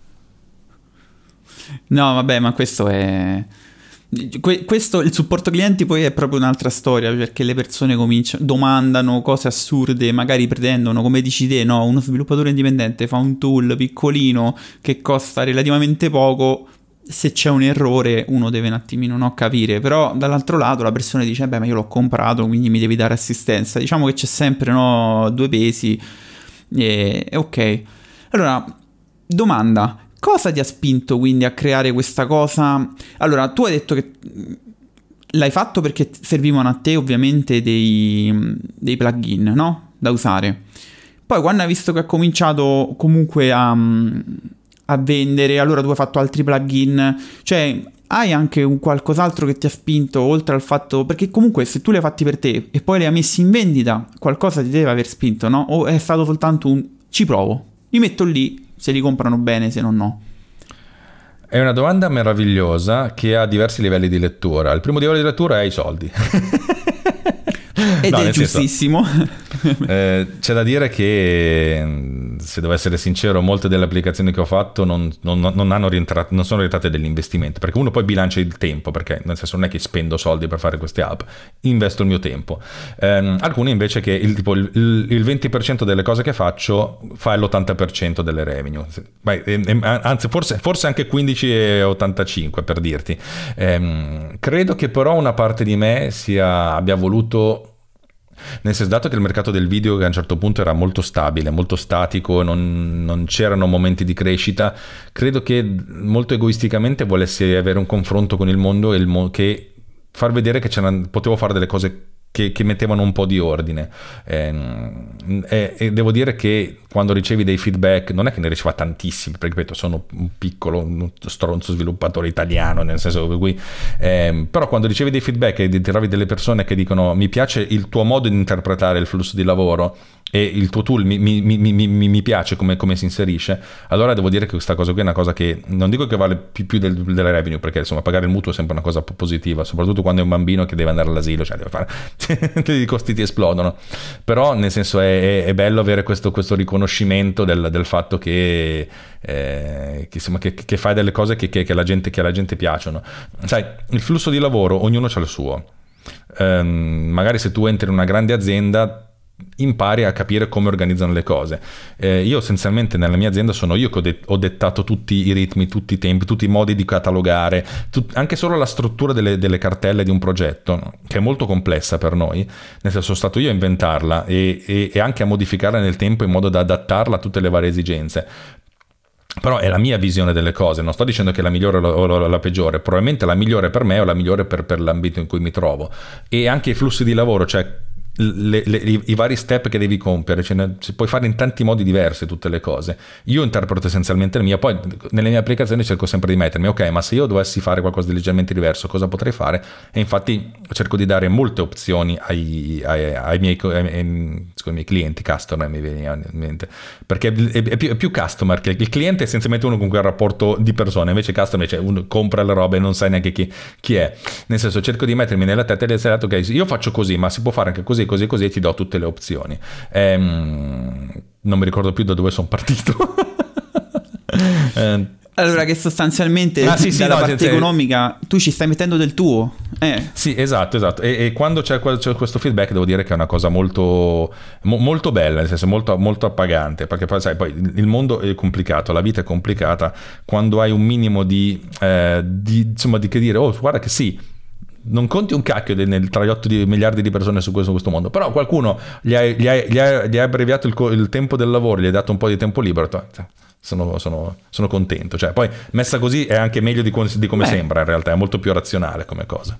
No, vabbè, ma questo è... Questo, il supporto clienti poi è proprio un'altra storia, perché le persone domandano cose assurde, magari pretendono, come dici te, no, uno sviluppatore indipendente fa un tool piccolino che costa relativamente poco, se c'è un errore uno deve un attimino capire, però dall'altro lato la persona dice: beh, ma io l'ho comprato, quindi mi devi dare assistenza. Diciamo che c'è sempre, no, due pesi, e ok. Allora, domanda: cosa ti ha spinto quindi a creare questa cosa? Allora, tu hai detto che l'hai fatto perché servivano a te ovviamente dei plugin, no? Da usare. Poi quando hai visto che ha cominciato comunque a vendere, allora tu hai fatto altri plugin, cioè hai anche un qualcos'altro che ti ha spinto, oltre al fatto, perché comunque se tu li hai fatti per te e poi li hai messi in vendita, qualcosa ti deve aver spinto, no? O è stato soltanto un ci provo, li metto lì, se li comprano bene, se no. È una domanda meravigliosa che ha diversi livelli di lettura. Il primo livello di lettura è i soldi. Ed è giustissimo. C'è da dire che, se devo essere sincero, molte delle applicazioni che ho fatto non sono rientrate dell'investimento, perché uno poi bilancia il tempo, perché nel senso non è che spendo soldi per fare queste app, investo il mio tempo. Alcune invece che il 20% delle cose che faccio fa l'80% delle revenue, anzi forse anche 15,85 per dirti. Credo che però una parte di me abbia voluto, nel senso, dato che il mercato del video, che a un certo punto era molto stabile, molto statico, non c'erano momenti di crescita, credo che molto egoisticamente volessi avere un confronto con il mondo e che far vedere che potevo fare delle cose che mettevano un po' di ordine, e devo dire che quando ricevi dei feedback, non è che ne riceva tantissimi, perché ripeto, sono un stronzo sviluppatore italiano, nel senso per cui, però quando ricevi dei feedback e ti trovi delle persone che dicono: mi piace il tuo modo di interpretare il flusso di lavoro, e il tuo tool mi piace come si inserisce, allora devo dire che questa cosa qui è una cosa che non dico che vale più della revenue, perché insomma pagare il mutuo è sempre una cosa positiva, soprattutto quando è un bambino che deve andare all'asilo, cioè deve fare i costi ti esplodono, però nel senso è bello avere questo riconoscimento del fatto che fai delle cose che alla gente piacciono. Sai, il flusso di lavoro ognuno c'ha il suo. Magari se tu entri in una grande azienda impari a capire come organizzano le cose. Io essenzialmente nella mia azienda sono io che ho dettato tutti i ritmi, tutti i tempi, tutti i modi di catalogare, anche solo la struttura delle cartelle di un progetto, che è molto complessa per noi, nel senso sono stato io a inventarla e anche a modificarla nel tempo in modo da adattarla a tutte le varie esigenze. Però è la mia visione delle cose, non sto dicendo che è la migliore o la peggiore, probabilmente la migliore per me o la migliore per l'ambito in cui mi trovo. E anche i flussi di lavoro, cioè i vari step che devi compiere, puoi fare in tanti modi diversi tutte le cose. Io interpreto essenzialmente il mio, poi nelle mie applicazioni cerco sempre di mettermi ok, ma se io dovessi fare qualcosa di leggermente diverso cosa potrei fare? E infatti cerco di dare molte opzioni ai miei clienti, customer mi viene in mente, perché è più customer, che il cliente è essenzialmente uno con cui ha un rapporto di persona, invece customer, cioè uno compra le robe e non sai neanche chi è, nel senso cerco di mettermi nella testa e dire ok, io faccio così, ma si può fare anche così e ti do tutte le opzioni. Non mi ricordo più da dove sono partito. Allora, che sostanzialmente dalla parte economica tu ci stai mettendo del tuo. Sì, esatto. E quando c'è questo feedback devo dire che è una cosa molto, molto bella, nel senso molto, molto appagante, perché poi sai, poi il mondo è complicato, la vita è complicata, quando hai un minimo insomma di che dire, oh guarda che sì, non conti un cacchio tra gli 8 miliardi di persone su questo mondo, però qualcuno gli ha abbreviato il tempo del lavoro, gli ha dato un po' di tempo libero, sono contento. Cioè, poi messa così è anche meglio di come sembra, in realtà è molto più razionale come cosa.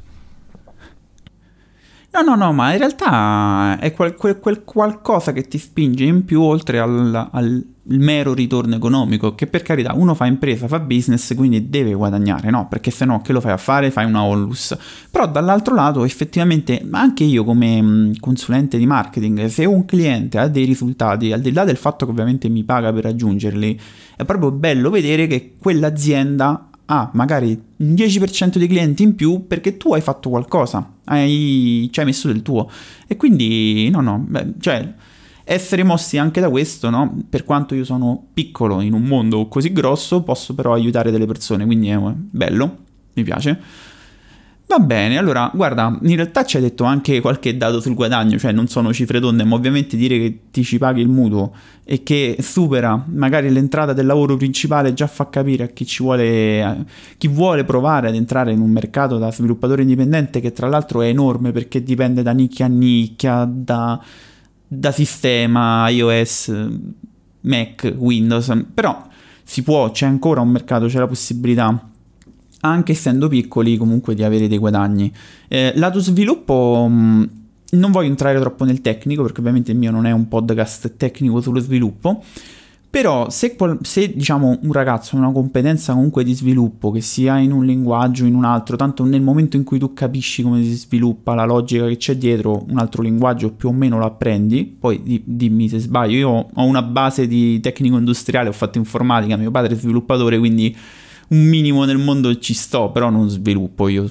No, ma in realtà è quel qualcosa che ti spinge in più oltre al mero ritorno economico, che per carità uno fa impresa, fa business, quindi deve guadagnare, no? Perché se no che lo fai a fare? Fai una onlus. Però dall'altro lato effettivamente anche io come consulente di marketing, se un cliente ha dei risultati, al di là del fatto che ovviamente mi paga per raggiungerli, è proprio bello vedere che quell'azienda ha magari un 10% di clienti in più perché tu hai fatto qualcosa, ci hai messo del tuo, e quindi cioè essere mossi anche da questo, no? Per quanto io sono piccolo in un mondo così grosso, posso però aiutare delle persone, quindi è bello, mi piace. Va bene, allora, guarda, in realtà ci hai detto anche qualche dato sul guadagno, cioè non sono cifre tonde, ma ovviamente dire che ti ci paghi il mutuo e che supera magari l'entrata del lavoro principale già fa capire a chi vuole provare ad entrare in un mercato da sviluppatore indipendente, che tra l'altro è enorme perché dipende da nicchia a nicchia, da sistema, iOS, Mac, Windows, però c'è ancora un mercato, c'è la possibilità, anche essendo piccoli, comunque di avere dei guadagni. Lato sviluppo, non voglio entrare troppo nel tecnico perché ovviamente il mio non è un podcast tecnico sullo sviluppo, però se diciamo un ragazzo ha una competenza comunque di sviluppo, che sia in un linguaggio o in un altro, tanto nel momento in cui tu capisci come si sviluppa, la logica che c'è dietro, un altro linguaggio più o meno lo apprendi. Poi dimmi se sbaglio, io ho una base di tecnico industriale, ho fatto informatica, mio padre è sviluppatore, quindi un minimo nel mondo ci sto, però non sviluppo io.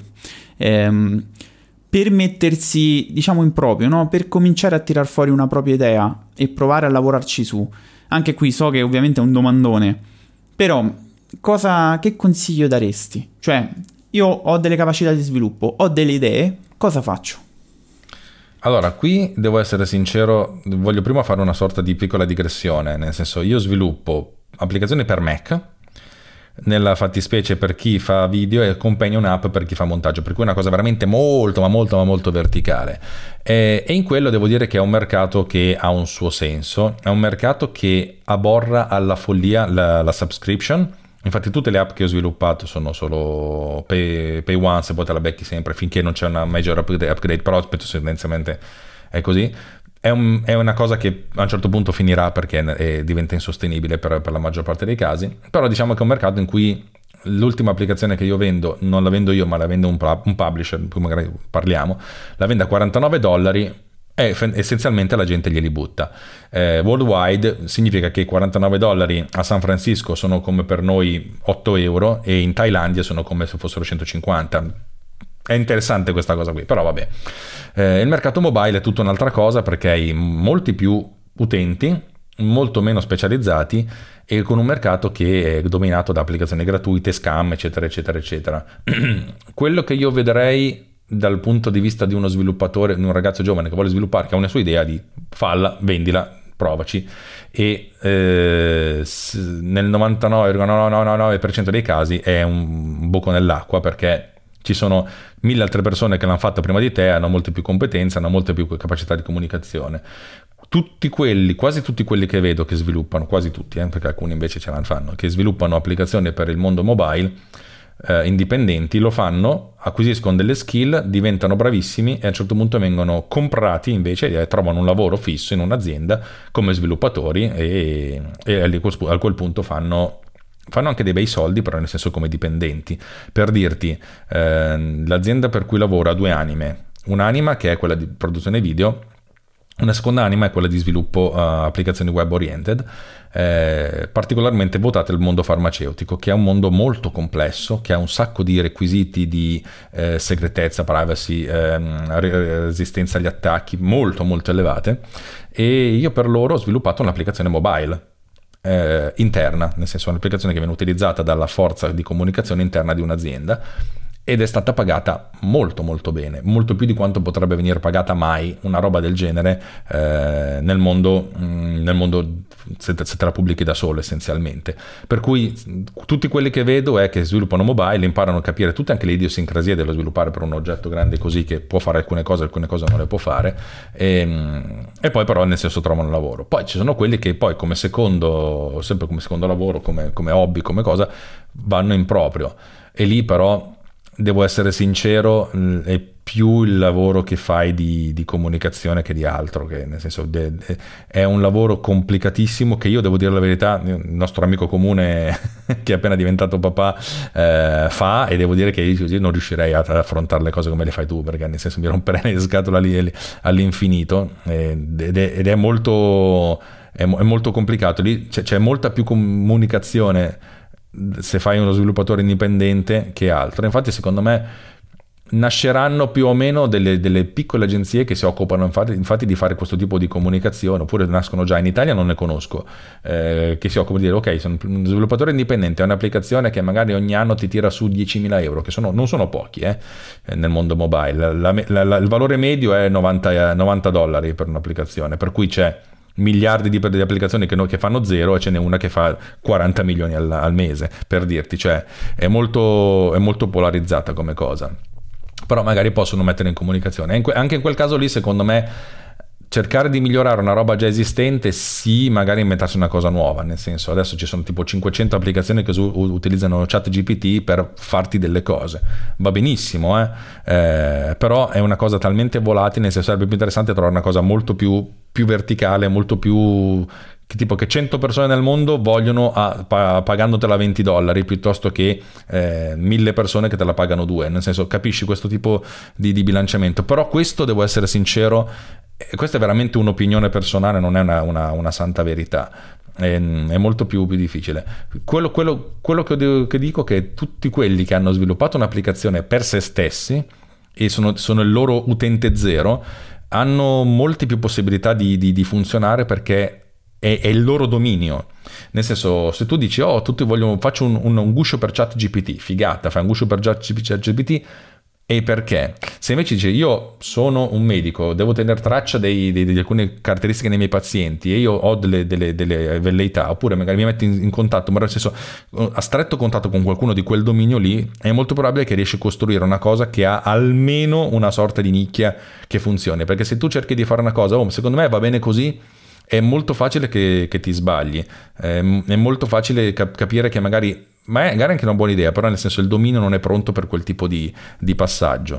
Per mettersi, diciamo, in proprio, no? Per cominciare a tirar fuori una propria idea e provare a lavorarci su. Anche qui so che ovviamente è un domandone, però che consiglio daresti? Cioè, io ho delle capacità di sviluppo, ho delle idee, cosa faccio? Allora, qui devo essere sincero, voglio prima fare una sorta di piccola digressione, nel senso, io sviluppo applicazioni per Mac, nella fattispecie per chi fa video, e compagno un'app per chi fa montaggio, per cui è una cosa veramente molto ma molto verticale, e in quello devo dire che è un mercato che ha un suo senso, è un mercato che aborra alla follia la subscription. Infatti tutte le app che ho sviluppato sono solo pay once, poi te la becchi sempre finché non c'è una major upgrade, però tendenzialmente è così. È una cosa che a un certo punto finirà perché diventa insostenibile per la maggior parte dei casi, però diciamo che è un mercato in cui l'ultima applicazione che io vendo, non la vendo io ma la vendo un publisher, di cui magari parliamo, la vende a $49, essenzialmente la gente glieli butta. Worldwide significa che $49 a San Francisco sono come per noi 8 euro e in Thailandia sono come se fossero 150. È interessante questa cosa qui, però vabbè. Il mercato mobile è tutta un'altra cosa perché hai molti più utenti, molto meno specializzati e con un mercato che è dominato da applicazioni gratuite, scam, eccetera, eccetera, eccetera. Quello che io vedrei dal punto di vista di uno sviluppatore, di un ragazzo giovane che vuole sviluppare, che ha una sua idea di falla, vendila, provaci, e nel 99,999% dei casi è un buco nell'acqua, perché ci sono 1000 altre persone che l'hanno fatta prima di te, hanno molte più competenze, hanno molte più capacità di comunicazione. Quasi tutti quelli che vedo che sviluppano, quasi tutti, perché alcuni invece ce la fanno, che sviluppano applicazioni per il mondo mobile, indipendenti, lo fanno, acquisiscono delle skill, diventano bravissimi e a un certo punto vengono comprati invece e trovano un lavoro fisso in un'azienda come sviluppatori e a quel punto fanno anche dei bei soldi, però nel senso come dipendenti. Per dirti, l'azienda per cui lavoro ha 2 anime, un'anima che è quella di produzione video, una seconda anima è quella di sviluppo applicazioni web oriented, particolarmente votate al mondo farmaceutico, che è un mondo molto complesso, che ha un sacco di requisiti di segretezza, privacy, resistenza agli attacchi molto molto elevate, e io per loro ho sviluppato un'applicazione mobile interna, nel senso un'applicazione che viene utilizzata dalla forza di comunicazione interna di un'azienda, ed è stata pagata molto molto bene, molto più di quanto potrebbe venire pagata mai una roba del genere nel mondo se te la pubblichi da solo, essenzialmente. Per cui tutti quelli che vedo è che sviluppano mobile, imparano a capire tutte anche le idiosincrasie dello sviluppare per un oggetto grande così, che può fare alcune cose non le può fare, e poi però nel senso trovano lavoro. Poi ci sono quelli che poi sempre come secondo lavoro, come hobby, come cosa, vanno in proprio, e lì però devo essere sincero, è più il lavoro che fai di comunicazione che di altro, che nel senso è un lavoro complicatissimo, che io devo dire la verità, il nostro amico comune che è appena diventato papà fa, e devo dire che io non riuscirei ad affrontare le cose come le fai tu, perché nel senso mi romperei le scatole all'infinito, ed è molto complicato. Lì c'è molta più comunicazione se fai uno sviluppatore indipendente che altro. Infatti secondo me nasceranno più o meno delle piccole agenzie che si occupano infatti di fare questo tipo di comunicazione, oppure nascono già, in Italia non ne conosco, che si occupano di dire ok, sono un sviluppatore indipendente, è un'applicazione che magari ogni anno ti tira su 10.000 euro, che non sono pochi nel mondo mobile. Il valore medio è $90 per un'applicazione, per cui c'è miliardi di applicazioni che fanno zero, e ce n'è una che fa 40 milioni al mese, per dirti. Cioè è molto polarizzata come cosa, però magari possono mettere in comunicazione. Anche in quel caso lì, secondo me, cercare di migliorare una roba già esistente, sì, magari inventarsi una cosa nuova, nel senso, adesso ci sono tipo 500 applicazioni che utilizzano ChatGPT per farti delle cose, va benissimo, però è una cosa talmente volatile, nel senso sarebbe più interessante trovare una cosa molto più verticale, molto più che 100 persone nel mondo vogliono pagandotela $20, piuttosto che 1000 persone che te la pagano 2, nel senso, capisci questo tipo di bilanciamento. Però questo, devo essere sincero, questa è veramente un'opinione personale, non è una santa verità, è molto più difficile. Quello che dico è che tutti quelli che hanno sviluppato un'applicazione per se stessi e sono il loro utente zero hanno molte più possibilità di funzionare, perché è il loro dominio. Nel senso, se tu dici faccio un guscio per ChatGPT, figata, fai un guscio per ChatGPT. E perché? Se invece dici io sono un medico, devo tenere traccia di alcune caratteristiche nei miei pazienti, e io ho delle velleità, oppure magari mi metti in contatto, ma nel senso a stretto contatto con qualcuno di quel dominio lì, è molto probabile che riesci a costruire una cosa che ha almeno una sorta di nicchia che funzioni. Perché se tu cerchi di fare una cosa, secondo me va bene così, è molto facile che ti sbagli, è molto facile capire che magari anche una buona idea, però nel senso il dominio non è pronto per quel tipo di passaggio.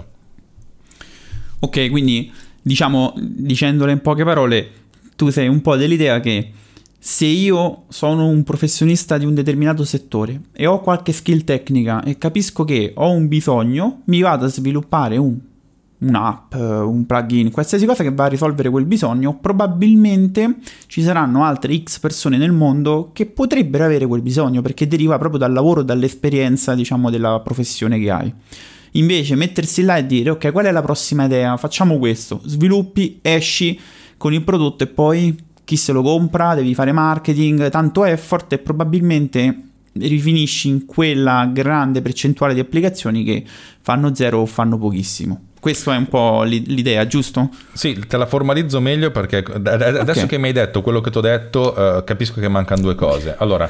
Ok, quindi diciamo, dicendole in poche parole, tu sei un po' dell'idea che se io sono un professionista di un determinato settore e ho qualche skill tecnica e capisco che ho un bisogno, mi vado a sviluppare un un'app, un plugin, qualsiasi cosa che va a risolvere quel bisogno, probabilmente ci saranno altre X persone nel mondo che potrebbero avere quel bisogno, perché deriva proprio dal lavoro, dall'esperienza, diciamo, della professione che hai. Invece mettersi là e dire ok, qual è la prossima idea? Facciamo questo, sviluppi, esci con il prodotto e poi chi se lo compra, devi fare marketing, tanto effort, e probabilmente rifinisci in quella grande percentuale di applicazioni che fanno zero o fanno pochissimo. Questa è un po' l'idea, giusto? Sì, te la formalizzo meglio perché adesso che mi hai detto quello che ti ho detto, capisco che mancano due cose. Allora,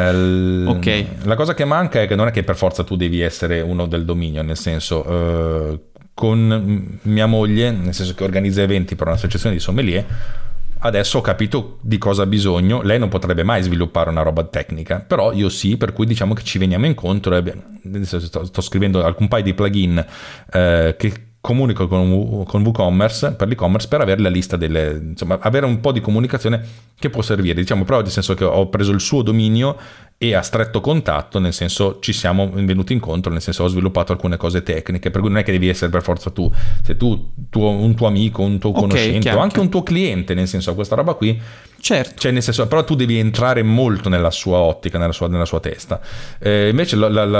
la cosa che manca è che non è che per forza tu devi essere uno del dominio, nel senso, con mia moglie, nel senso che organizza eventi per un'associazione di sommelier, adesso ho capito di cosa ha bisogno. Lei non potrebbe mai sviluppare una roba tecnica, però io sì, per cui diciamo che ci veniamo incontro. Sto scrivendo alcun paio di plugin che comunico con WooCommerce per l'e-commerce, per avere la lista delle, insomma, avere un po' di comunicazione che può servire, diciamo, però nel senso che ho preso il suo dominio e a stretto contatto, nel senso ci siamo venuti incontro, nel senso ho sviluppato alcune cose tecniche, per cui non è che devi essere per forza tu, se un tuo amico, un tuo conoscente, chiaro, o anche un tuo cliente, nel senso questa roba qui, certo, cioè nel senso, però tu devi entrare molto nella sua ottica, nella sua testa. Invece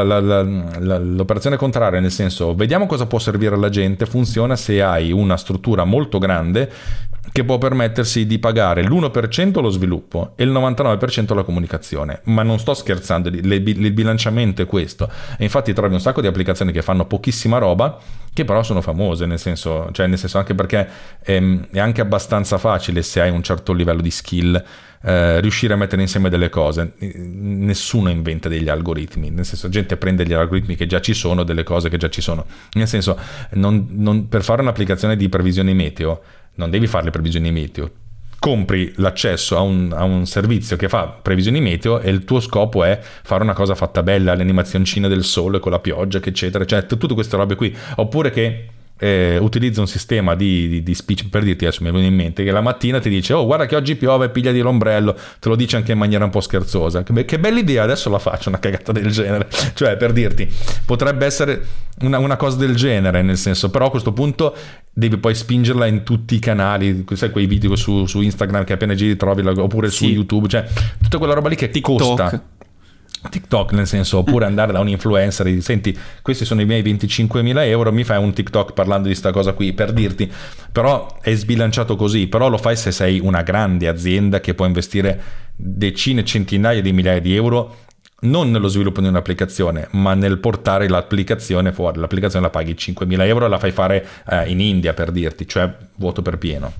l'operazione contraria, nel senso, vediamo cosa può servire alla gente, funziona se hai una struttura molto grande che può permettersi di pagare l'1% lo sviluppo e il 99% la comunicazione. Ma non sto scherzando, il bilanciamento è questo. E infatti trovi un sacco di applicazioni che fanno pochissima roba, che però sono famose, nel senso anche perché è anche abbastanza facile, se hai un certo livello di skill, riuscire a mettere insieme delle cose. Nessuno inventa degli algoritmi, nel senso, gente prende gli algoritmi che già ci sono, delle cose che già ci sono, nel senso, per fare un'applicazione di previsioni meteo non devi fare le previsioni meteo, compri l'accesso a un servizio che fa previsioni meteo e il tuo scopo è fare una cosa fatta bella, l'animazioncina del sole con la pioggia, che eccetera, cioè tutte queste robe qui. Oppure che utilizza un sistema di speech, per dirti, adesso mi viene in mente, che la mattina ti dice oh guarda che oggi piove, pigliati l'ombrello, te lo dice anche in maniera un po' scherzosa. Che bella idea, adesso la faccio una cagata del genere, cioè, per dirti, potrebbe essere una cosa del genere, nel senso, però a questo punto devi poi spingerla in tutti i canali, sai, quei video su Instagram che appena giri trovi, oppure su YouTube, cioè tutta quella roba lì che costa. TikTok, nel senso, oppure andare da un influencer e dire senti, questi sono i miei 25.000 euro, mi fai un TikTok parlando di sta cosa qui, per dirti. Però è sbilanciato così, però lo fai se sei una grande azienda che può investire decine, centinaia di migliaia di euro non nello sviluppo di un'applicazione, ma nel portare l'applicazione fuori. L'applicazione la paghi 5.000 euro e la fai fare in India, per dirti, cioè vuoto per pieno.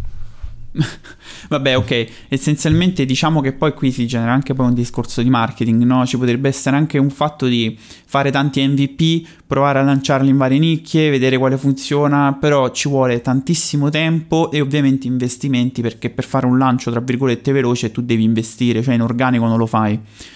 Vabbè, ok, essenzialmente diciamo che poi qui si genera anche poi un discorso di marketing, no? Ci potrebbe essere anche un fatto di fare tanti MVP, provare a lanciarli in varie nicchie, vedere quale funziona, però ci vuole tantissimo tempo e ovviamente investimenti, perché per fare un lancio tra virgolette veloce tu devi investire, cioè in organico non lo fai,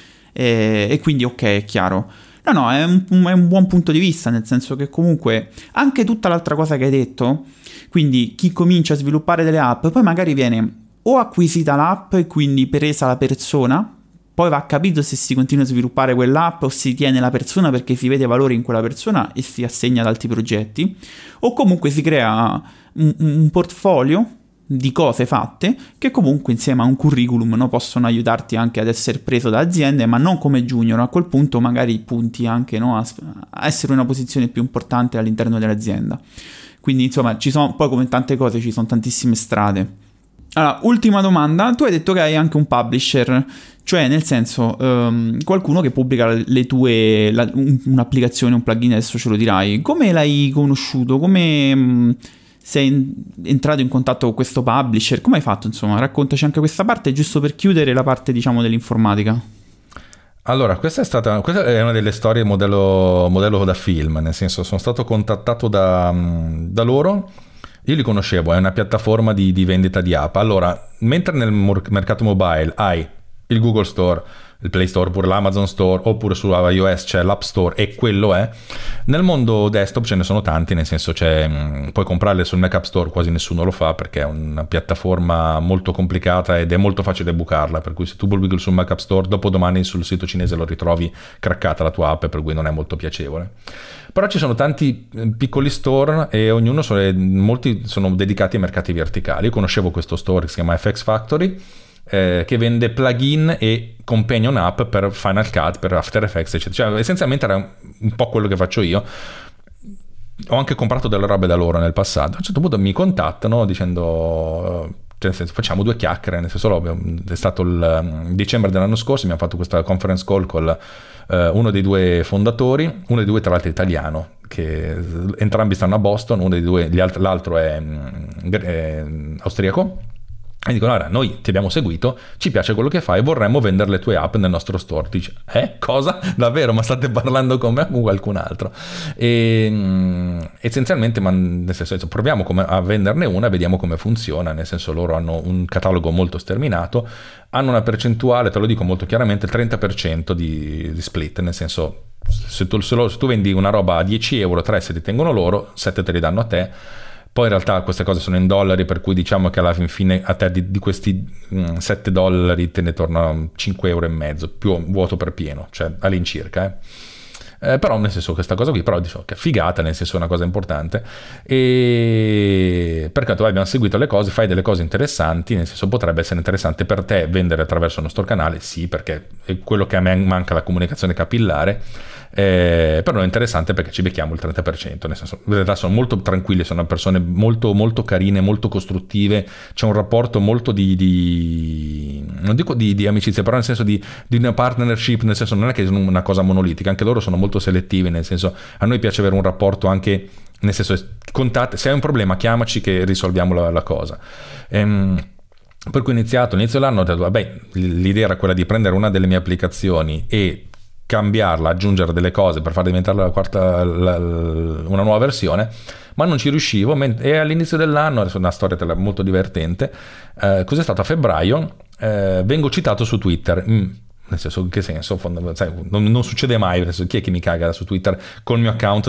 e quindi ok, è chiaro. No, è un buon punto di vista, nel senso che comunque anche tutta l'altra cosa che hai detto, quindi chi comincia a sviluppare delle app, poi magari viene o acquisita l'app e quindi presa la persona, poi va capito se si continua a sviluppare quell'app o si tiene la persona perché si vede valore in quella persona e si assegna ad altri progetti, o comunque si crea un portfolio di cose fatte che comunque insieme a un curriculum, no, possono aiutarti anche ad essere preso da aziende, ma non come junior. A quel punto magari punti anche, no, a essere in una posizione più importante all'interno dell'azienda. Quindi insomma ci sono, poi come tante cose ci sono tantissime strade. Allora, ultima domanda, tu hai detto che hai anche un publisher, cioè nel senso qualcuno che pubblica le tue un'applicazione, un plugin, adesso ce lo dirai. Come l'hai conosciuto? Come sei entrato in contatto con questo publisher? Come hai fatto, insomma? Raccontaci anche questa parte, giusto per chiudere la parte, diciamo, dell'informatica. Allora, questa è una delle storie modello da film, nel senso, sono stato contattato da loro. Io li conoscevo, è una piattaforma di vendita di app. Allora, mentre nel mercato mobile hai il Google Store, il Play Store, oppure l'Amazon Store, oppure su iOS c'è l'App Store, e quello è, Nel mondo desktop ce ne sono tanti, nel senso puoi comprarle sul Mac App Store, quasi nessuno lo fa perché è una piattaforma molto complicata ed è molto facile bucarla, per cui se tu pubblichi sul Mac App Store, dopodomani sul sito cinese lo ritrovi craccata la tua app, per cui non è molto piacevole. Però ci sono tanti piccoli store e molti sono dedicati ai mercati verticali. Io conoscevo questo store che si chiama FX Factory, che vende plugin e companion app per Final Cut, per After Effects, eccetera. Cioè, essenzialmente era un po' quello che faccio io. Ho anche comprato delle robe da loro nel passato. A un certo punto mi contattano dicendo, cioè, nel senso, facciamo due chiacchiere, nel senso, è stato il dicembre dell'anno scorso, abbiamo fatto questa conference call con uno dei due fondatori, uno dei due tra l'altro è italiano, che entrambi stanno a Boston, uno dei due, l'altro è austriaco. E dicono, allora, noi ti abbiamo seguito, ci piace quello che fai, vorremmo vendere le tue app nel nostro store. Ti dice, cosa? Davvero? Ma state parlando con me o con qualcun altro? E essenzialmente, nel senso, proviamo a venderne una, vediamo come funziona. Nel senso, loro hanno un catalogo molto sterminato, hanno una percentuale, te lo dico molto chiaramente, il 30% di split, nel senso, se tu vendi una roba a 10 euro, 3 se li tengono loro, 7 te li danno a te. Poi in realtà queste cose sono in dollari, per cui diciamo che alla fine a te di questi $7 te ne tornano 5,5 euro, più vuoto per pieno, cioè all'incirca. Però nel senso questa cosa qui, però diciamo che è figata, nel senso è una cosa importante, e perché abbiamo seguito le cose, fai delle cose interessanti, nel senso potrebbe essere interessante per te vendere attraverso il nostro canale, sì, perché è quello che a me manca, la comunicazione capillare. Però è interessante perché ci becchiamo il 30%, nel senso, in realtà sono molto tranquilli, sono persone molto molto carine, molto costruttive, c'è un rapporto molto non dico di amicizia, però nel senso di una partnership, nel senso non è che è una cosa monolitica, anche loro sono molto selettivi, nel senso a noi piace avere un rapporto anche, nel senso, contate, se hai un problema chiamaci che risolviamo la cosa. Per cui inizio l'anno ho detto, vabbè, l'idea era quella di prendere una delle mie applicazioni e cambiarla, aggiungere delle cose per far diventare una nuova versione, ma non ci riuscivo. E all'inizio dell'anno, adesso è una storia molto divertente, cos'è stato a febbraio, vengo citato su Twitter, nel senso, in che senso? Sai, non succede mai, chi è che mi caga su Twitter col mio account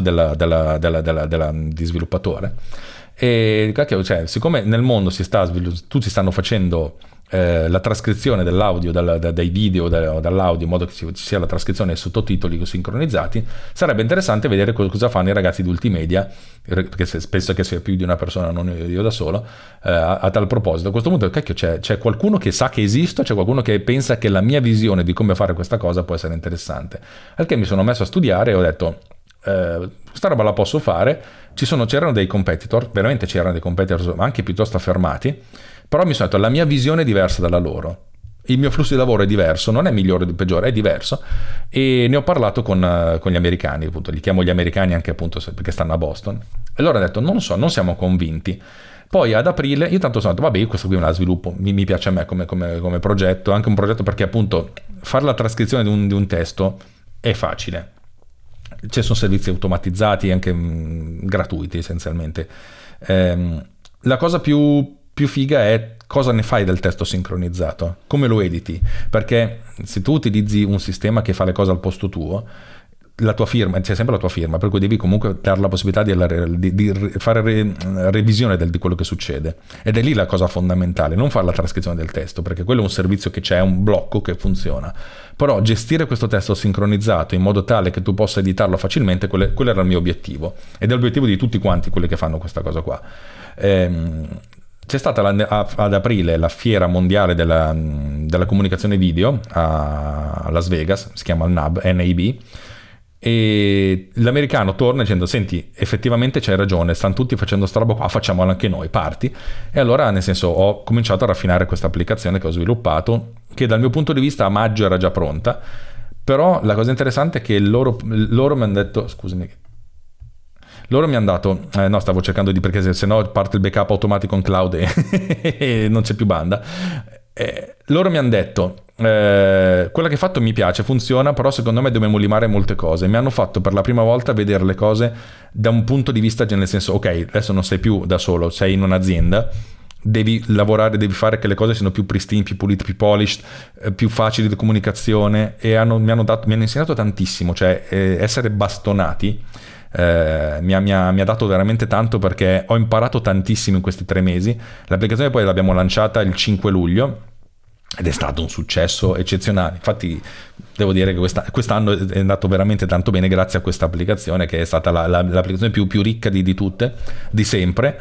di sviluppatore? E cioè, siccome nel mondo tutti stanno facendo la trascrizione dell'audio dai video dall'audio, in modo che ci sia la trascrizione e i sottotitoli sincronizzati, sarebbe interessante vedere cosa fanno i ragazzi di Ultimedia, perché penso che sia più di una persona, non io da solo, a tal proposito. A questo punto c'è qualcuno che sa che esisto, c'è qualcuno che pensa che la mia visione di come fare questa cosa può essere interessante, al che mi sono messo a studiare e ho detto, questa roba la posso fare. C'erano dei competitor, veramente c'erano dei competitor anche piuttosto affermati, però mi sono detto, la mia visione è diversa dalla loro, il mio flusso di lavoro è diverso, non è migliore o peggiore, è diverso, e ne ho parlato con gli americani, appunto, li chiamo gli americani anche appunto perché stanno a Boston, e loro hanno detto, non siamo convinti. Poi ad aprile io tanto sono detto, vabbè, questo qui me la sviluppo, mi piace a me come progetto, anche un progetto perché appunto fare la trascrizione di un testo è facile. Ci sono servizi automatizzati anche gratuiti essenzialmente. La cosa più figa è cosa ne fai del testo sincronizzato, come lo editi, perché se tu utilizzi un sistema che fa le cose al posto tuo, la tua firma, c'è sempre la tua firma, per cui devi comunque dare la possibilità di fare revisione di quello che succede, ed è lì la cosa fondamentale, non fare la trascrizione del testo, perché quello è un servizio che c'è, un blocco che funziona, però gestire questo testo sincronizzato in modo tale che tu possa editarlo facilmente, quello era il mio obiettivo, ed è l'obiettivo di tutti quanti quelli che fanno questa cosa qua. C'è stata ad aprile la fiera mondiale della comunicazione video a Las Vegas, si chiama il NAB, e l'americano torna dicendo, senti, effettivamente c'hai ragione, stanno tutti facendo sta roba qua, facciamola anche noi, parti. E allora, nel senso, ho cominciato a raffinare questa applicazione che ho sviluppato, che dal mio punto di vista a maggio era già pronta, però la cosa interessante è che loro mi hanno detto, scusami, loro mi hanno dato, no, stavo cercando perché se no parte il backup automatico in cloud e non c'è più banda. Loro mi hanno detto, quella che hai fatto mi piace, funziona, però secondo me dobbiamo limare molte cose. Mi hanno fatto per la prima volta vedere le cose da un punto di vista, nel senso, ok, adesso non sei più da solo, sei in un'azienda, devi lavorare, devi fare che le cose siano più pristine, più pulite, più polished, più facili di comunicazione, e mi hanno insegnato tantissimo, cioè essere bastonati mi ha dato veramente tanto, perché ho imparato tantissimo in questi 3 mesi. L'applicazione poi l'abbiamo lanciata il 5 luglio ed è stato un successo eccezionale. Infatti devo dire che quest'anno è andato veramente tanto bene grazie a questa applicazione, che è stata l'applicazione più ricca di tutte, di sempre,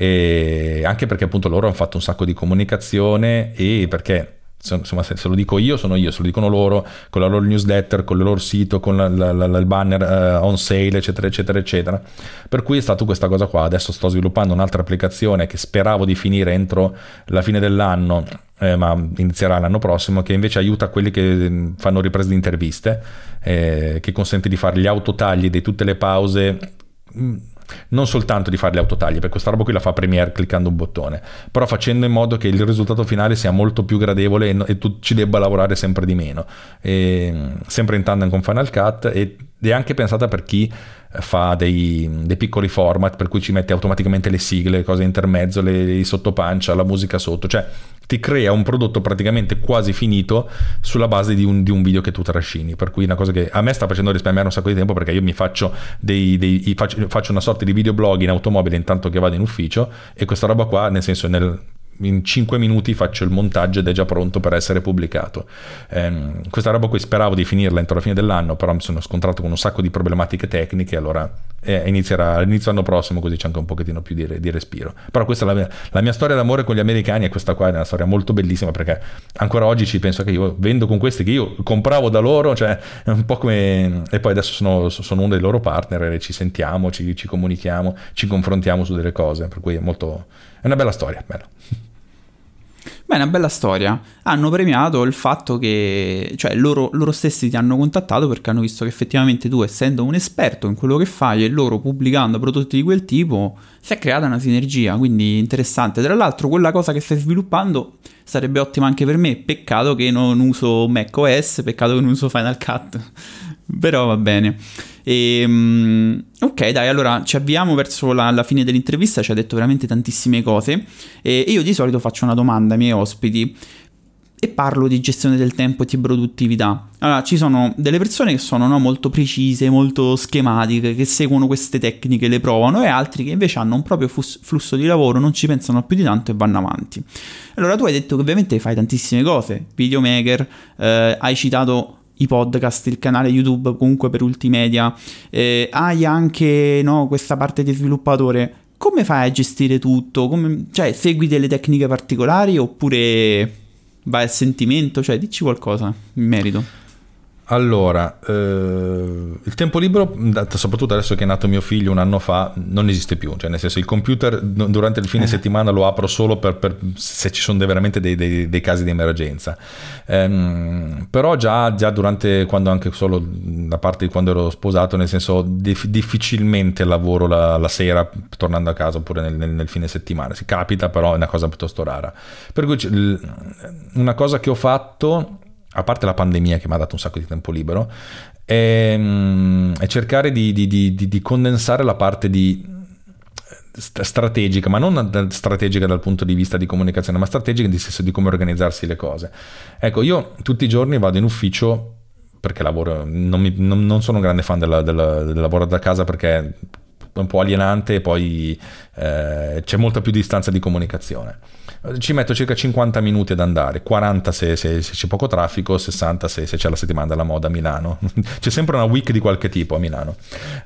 e anche perché appunto loro hanno fatto un sacco di comunicazione, e perché insomma, se lo dico io sono io, se lo dicono loro, con la loro newsletter, con il loro sito, con il banner on sale, eccetera eccetera eccetera. Per cui è stato questa cosa qua. Adesso sto sviluppando un'altra applicazione che speravo di finire entro la fine dell'anno, ma inizierà l'anno prossimo, che invece aiuta quelli che fanno riprese di interviste, che consente di fare gli autotagli di tutte le pause, non soltanto di fare gli autotagli, perché questa roba qui la fa Premiere cliccando un bottone, però facendo in modo che il risultato finale sia molto più gradevole e tu ci debba lavorare sempre di meno, sempre in tandem con Final Cut, ed è anche pensata per chi fa dei piccoli format, per cui ci mette automaticamente le sigle, le cose intermezzo, i sottopancia, la musica sotto, cioè ti crea un prodotto praticamente quasi finito sulla base di un video che tu trascini. Per cui una cosa che a me sta facendo risparmiare un sacco di tempo, perché io mi faccio faccio una sorta di videoblog in automobile intanto che vado in ufficio, e questa roba qua, nel senso, in 5 minuti faccio il montaggio ed è già pronto per essere pubblicato. Questa roba qui speravo di finirla entro la fine dell'anno, però mi sono scontrato con un sacco di problematiche tecniche, allora inizierà l'inizio anno prossimo, così c'è anche un pochettino più di respiro. Però questa è la mia storia d'amore con gli americani, e questa qua è una storia molto bellissima, perché ancora oggi ci penso che io vendo con questi che io compravo da loro, cioè è un po' come... E poi adesso sono uno dei loro partner, e ci sentiamo, ci comunichiamo, ci confrontiamo su delle cose, per cui è una bella storia, bella. Beh, è una bella storia. Hanno premiato il fatto che, cioè, loro stessi ti hanno contattato perché hanno visto che effettivamente tu, essendo un esperto in quello che fai, e loro pubblicando prodotti di quel tipo, si è creata una sinergia, quindi interessante. Tra l'altro quella cosa che stai sviluppando sarebbe ottima anche per me, peccato che non uso macOS, peccato che non uso Final Cut, però va bene. Ok, dai, allora ci avviamo verso la fine dell'intervista. Ci ha detto veramente tantissime cose, e io di solito faccio una domanda ai miei ospiti e parlo di gestione del tempo e di produttività. Allora, ci sono delle persone che sono, no, molto precise, molto schematiche, che seguono queste tecniche, le provano, e altri che invece hanno un proprio flusso di lavoro, non ci pensano più di tanto e vanno avanti. Allora, tu hai detto che ovviamente fai tantissime cose, videomaker, hai citato i podcast, il canale YouTube comunque per Ultimedia, hai anche, no, questa parte di sviluppatore. Come fai a gestire tutto? Cioè, segui delle tecniche particolari oppure vai a sentimento? Cioè, dici qualcosa in merito. Allora, il tempo libero, soprattutto adesso che è nato mio figlio un anno fa, non esiste più. Cioè, nel senso, il computer durante il fine settimana lo apro solo per se ci sono veramente dei casi di emergenza. Però già durante, quando anche solo da parte di quando ero sposato, nel senso, difficilmente lavoro la sera tornando a casa, oppure nel fine settimana. Si capita, però è una cosa piuttosto rara. Per cui una cosa che ho fatto, a parte la pandemia che mi ha dato un sacco di tempo libero, è cercare di condensare la parte strategica, ma non strategica dal punto di vista di comunicazione, ma strategica nel senso di come organizzarsi le cose. Ecco, io tutti i giorni vado in ufficio perché lavoro, non sono un grande fan del lavoro da casa, perché è un po' alienante, e poi c'è molta più distanza di comunicazione. Ci metto circa 50 minuti ad andare, 40 se c'è poco traffico, 60 se c'è la settimana della moda a Milano. C'è sempre una week di qualche tipo a Milano.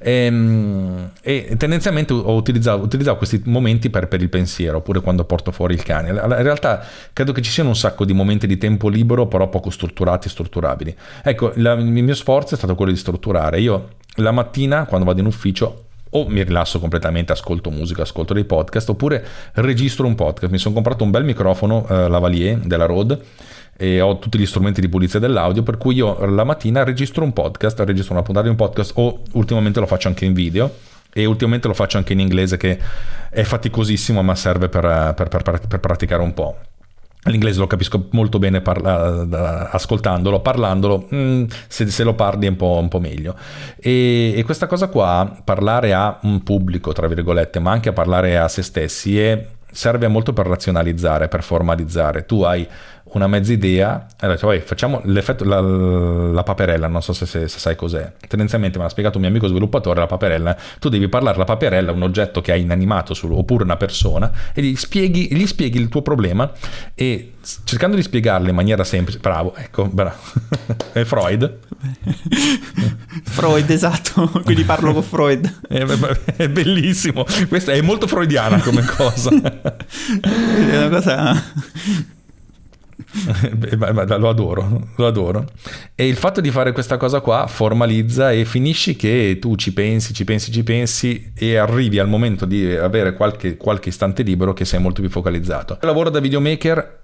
E tendenzialmente utilizzavo questi momenti per il pensiero, oppure quando porto fuori il cane. In realtà credo che ci siano un sacco di momenti di tempo libero, però poco strutturati e strutturabili. Ecco, il mio sforzo è stato quello di strutturare. Io la mattina, quando vado in ufficio, o mi rilasso completamente, ascolto musica, ascolto dei podcast, oppure registro un podcast. Mi sono comprato un bel microfono lavalier della Rode, e ho tutti gli strumenti di pulizia dell'audio, per cui io la mattina registro una puntata di un podcast, o ultimamente lo faccio anche in video, e ultimamente lo faccio anche in inglese, che è faticosissimo, ma serve per praticare un po'. L'inglese lo capisco molto bene ascoltandolo, parlandolo, se lo parli è un po' meglio. E questa cosa qua, parlare a un pubblico, tra virgolette, ma anche a parlare a se stessi, serve molto per razionalizzare, per formalizzare. Tu hai una mezza idea, e ho detto, vabbè, facciamo l'effetto, la paperella, non so se sai cos'è. Tendenzialmente me l'ha spiegato un mio amico sviluppatore, la paperella, tu devi parlare alla paperella, un oggetto che hai inanimato oppure una persona, e gli spieghi il tuo problema, e cercando di spiegarlo in maniera semplice, bravo, ecco, è Freud. Freud, esatto, quindi parlo con Freud. È bellissimo, questa è molto freudiana come cosa. È una cosa... Lo adoro. E il fatto di fare questa cosa qua formalizza, e finisci che tu ci pensi e arrivi al momento di avere qualche istante libero che sei molto più focalizzato. Il lavoro da videomaker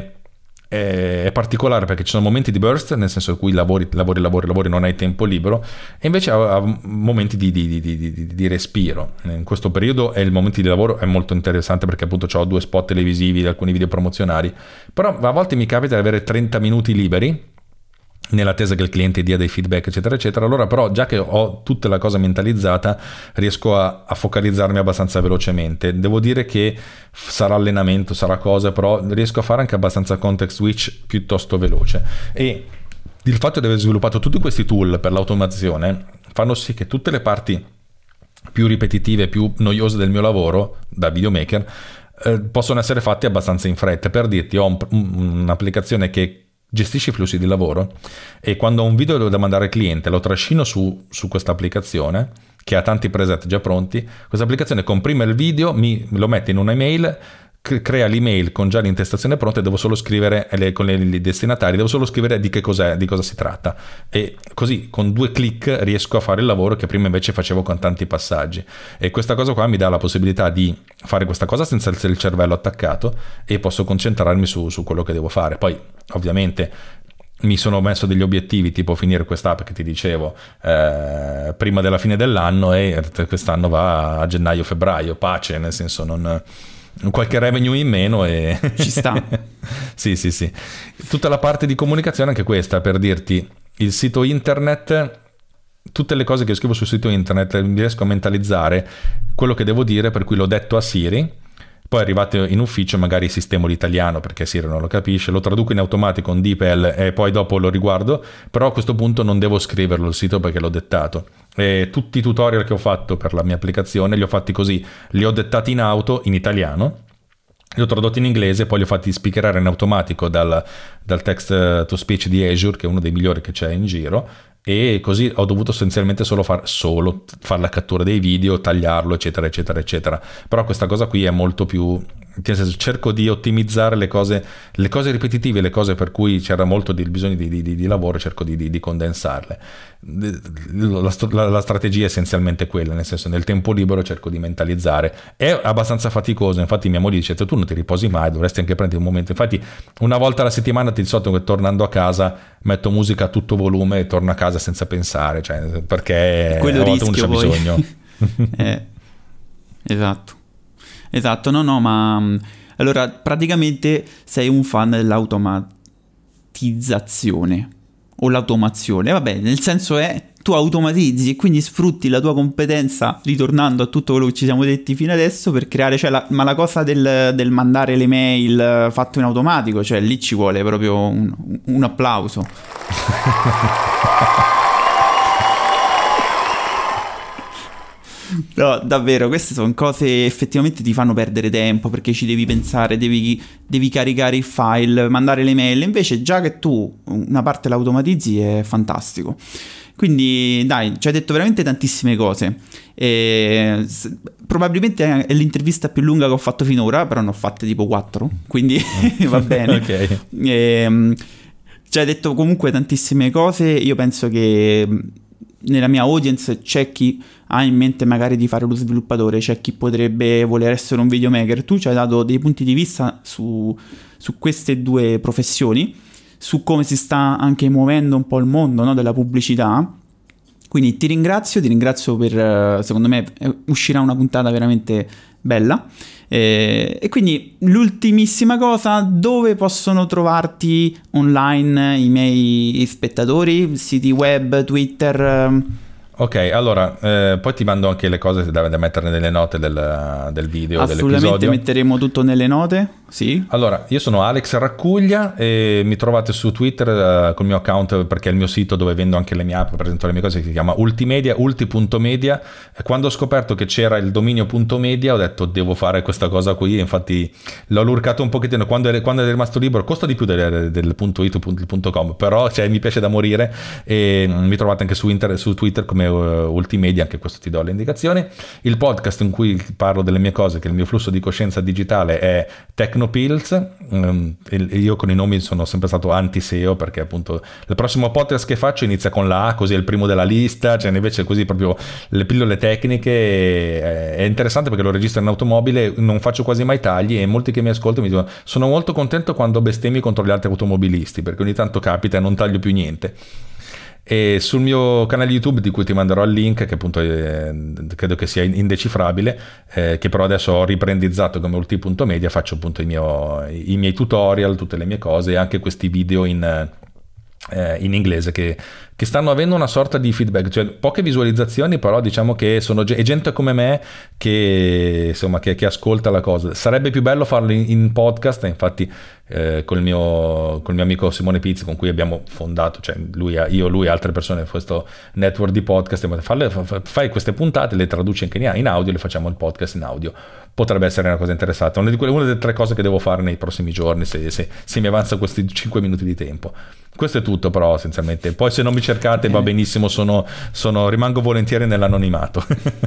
è particolare perché ci sono momenti di burst, nel senso in cui lavori, non hai tempo libero, e invece ha momenti di respiro. In questo periodo il momento di lavoro è molto interessante perché appunto ho 2 spot televisivi, alcuni video promozionali, però a volte mi capita di avere 30 minuti liberi nell'attesa che il cliente dia dei feedback eccetera eccetera. Allora però, già che ho tutta la cosa mentalizzata, riesco a focalizzarmi abbastanza velocemente. Devo dire che sarà allenamento, sarà cosa, però riesco a fare anche abbastanza context switch piuttosto veloce, e il fatto di aver sviluppato tutti questi tool per l'automazione fanno sì che tutte le parti più ripetitive, più noiose del mio lavoro da videomaker possono essere fatte abbastanza in fretta. Per dirti, ho un'applicazione che gestisci i flussi di lavoro, e quando ho un video da mandare al cliente lo trascino su questa applicazione che ha tanti preset già pronti. Questa applicazione comprime il video, lo mette in un'email, crea l'email con già l'intestazione pronta, e devo solo scrivere con i destinatari, devo solo scrivere di cosa si tratta, e così con 2 click riesco a fare il lavoro che prima invece facevo con tanti passaggi. E questa cosa qua mi dà la possibilità di fare questa cosa senza il cervello attaccato, e posso concentrarmi su quello che devo fare. Poi ovviamente mi sono messo degli obiettivi, tipo finire quest'app che ti dicevo prima della fine dell'anno, e quest'anno va a gennaio-febbraio, pace, nel senso non... qualche revenue in meno e ci sta. Sì. Tutta la parte di comunicazione, anche questa, per dirti, il sito internet, tutte le cose che scrivo sul sito internet riesco a mentalizzare quello che devo dire, per cui l'ho detto a Siri. Poi arrivato in ufficio magari sistemo l'italiano perché Siri non lo capisce, lo traduco in automatico in DeepL e poi dopo lo riguardo, però a questo punto non devo scriverlo il sito perché l'ho dettato. E tutti i tutorial che ho fatto per la mia applicazione li ho fatti così, li ho dettati in auto in italiano, li ho tradotti in inglese, poi li ho fatti speakerare in automatico dal text to speech di Azure, che è uno dei migliori che c'è in giro, e così ho dovuto essenzialmente solo fare la cattura dei video, tagliarlo eccetera. Però questa cosa qui è molto più, nel senso, cerco di ottimizzare le cose ripetitive, le cose per cui c'era molto bisogno di lavoro, cerco di condensarle. La strategia è essenzialmente quella, nel senso, nel tempo libero cerco di mentalizzare. È abbastanza faticoso, infatti mia moglie dice: tu non ti riposi mai, dovresti anche prendere un momento. Infatti una volta alla settimana ti sotto che tornando a casa metto musica a tutto volume e torno a casa senza pensare, cioè, perché quello a volte uno c'ha poi. bisogno. Esatto, no, ma allora praticamente sei un fan dell'automatizzazione o l'automazione, vabbè, nel senso tu automatizzi e quindi sfrutti la tua competenza, ritornando a tutto quello che ci siamo detti fino adesso, per creare, cioè ma la cosa del mandare le mail fatto in automatico, cioè lì ci vuole proprio un applauso. No, davvero, queste sono cose che effettivamente ti fanno perdere tempo, perché ci devi pensare, devi caricare il file, mandare le mail. Invece già che tu una parte l'automatizzi è fantastico. Quindi dai, ci hai detto veramente tantissime cose. Probabilmente è l'intervista più lunga che ho fatto finora, però ne ho fatte tipo 4, quindi va bene. Ok. Ci hai detto comunque tantissime cose. Io penso che nella mia audience c'è chi ha in mente magari di fare lo sviluppatore, c'è chi potrebbe voler essere un videomaker. Tu ci hai dato dei punti di vista su queste 2 professioni, su come si sta anche muovendo un po' il mondo, no, della pubblicità. Quindi ti ringrazio per, secondo me uscirà una puntata veramente bella. E quindi l'ultimissima cosa: dove possono trovarti online i miei spettatori? Siti web, Twitter? Ok, allora, poi ti mando anche le cose da mettere nelle note del video, assolutamente, dell'episodio. metteremo tutto nelle note, sì. Allora, io sono Alex Raccuglia e mi trovate su Twitter col mio account, perché è il mio sito dove vendo anche le mie app, presento le mie cose, che si chiama Ultimedia, ulti.media. E quando ho scoperto che c'era il dominio .media ho detto devo fare questa cosa qui, infatti l'ho lurcato un pochettino, quando è rimasto libero costa di più del .it.com, però cioè, mi piace da morire, e mi trovate anche su Twitter come Ultimedia, anche questo ti do le indicazioni. Il podcast in cui parlo delle mie cose, che il mio flusso di coscienza digitale, è Technopills. Io con i nomi sono sempre stato anti-SEO, perché appunto il prossimo podcast che faccio inizia con la A, così è il primo della lista, cioè invece così proprio le pillole tecniche. È interessante perché lo registro in automobile, non faccio quasi mai tagli, e molti che mi ascoltano mi dicono sono molto contento quando bestemmi contro gli altri automobilisti, perché ogni tanto capita e non taglio più niente. E sul mio canale YouTube, di cui ti manderò il link, che appunto credo che sia indecifrabile, che però adesso ho ribrandizzato come ulti.media, faccio appunto i miei tutorial, tutte le mie cose, e anche questi video in inglese che stanno avendo una sorta di feedback, cioè poche visualizzazioni, però diciamo che è gente come me che insomma che ascolta la cosa. Sarebbe più bello farlo in podcast, infatti col mio amico Simone Pizzi, con cui abbiamo fondato, cioè lui e altre persone, questo network di podcast, fai queste puntate, le traduci anche in audio, le facciamo il podcast in audio. Potrebbe essere una cosa interessante, una delle 3 cose che devo fare nei prossimi giorni, se mi avanza questi 5 minuti di tempo. Questo è tutto, però essenzialmente. Poi se non mi cercate va benissimo, rimango volentieri nell'anonimato.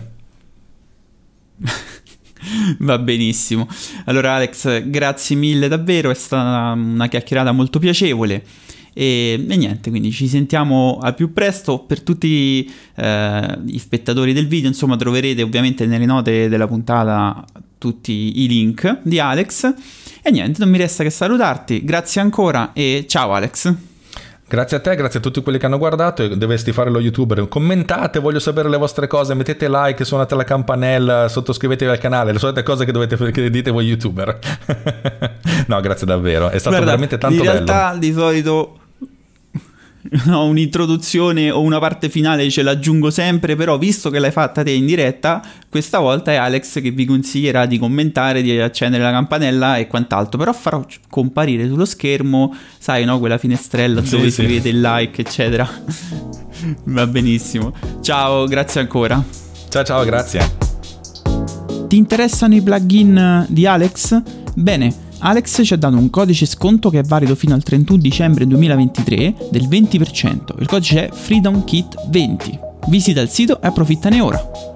Va benissimo. Allora Alex, grazie mille davvero, è stata una chiacchierata molto piacevole. E niente, quindi ci sentiamo al più presto. Per tutti gli spettatori del video, insomma, troverete ovviamente nelle note della puntata tutti i link di Alex. E niente, non mi resta che salutarti. Grazie ancora e ciao Alex. Grazie a te, grazie a tutti quelli che hanno guardato. E dovresti fare lo youtuber, commentate, voglio sapere le vostre cose, mettete like, suonate la campanella, sottoscrivetevi al canale, le solite cose che dite voi youtuber. No, grazie davvero, è stato veramente tanto bello. In realtà di solito no, un'introduzione o una parte finale ce l'aggiungo sempre, però visto che l'hai fatta te in diretta, questa volta è Alex che vi consiglierà di commentare, di accendere la campanella e quant'altro, però farò comparire sullo schermo, sai, no, quella finestrella dove si vede il like eccetera. Va benissimo, ciao, grazie ancora. Ciao, grazie. Ti interessano i plugin di Alex? Bene, Alex ci ha dato un codice sconto che è valido fino al 31 dicembre 2023 del 20%. Il codice è FreedomKit20. Visita il sito e approfittane ora.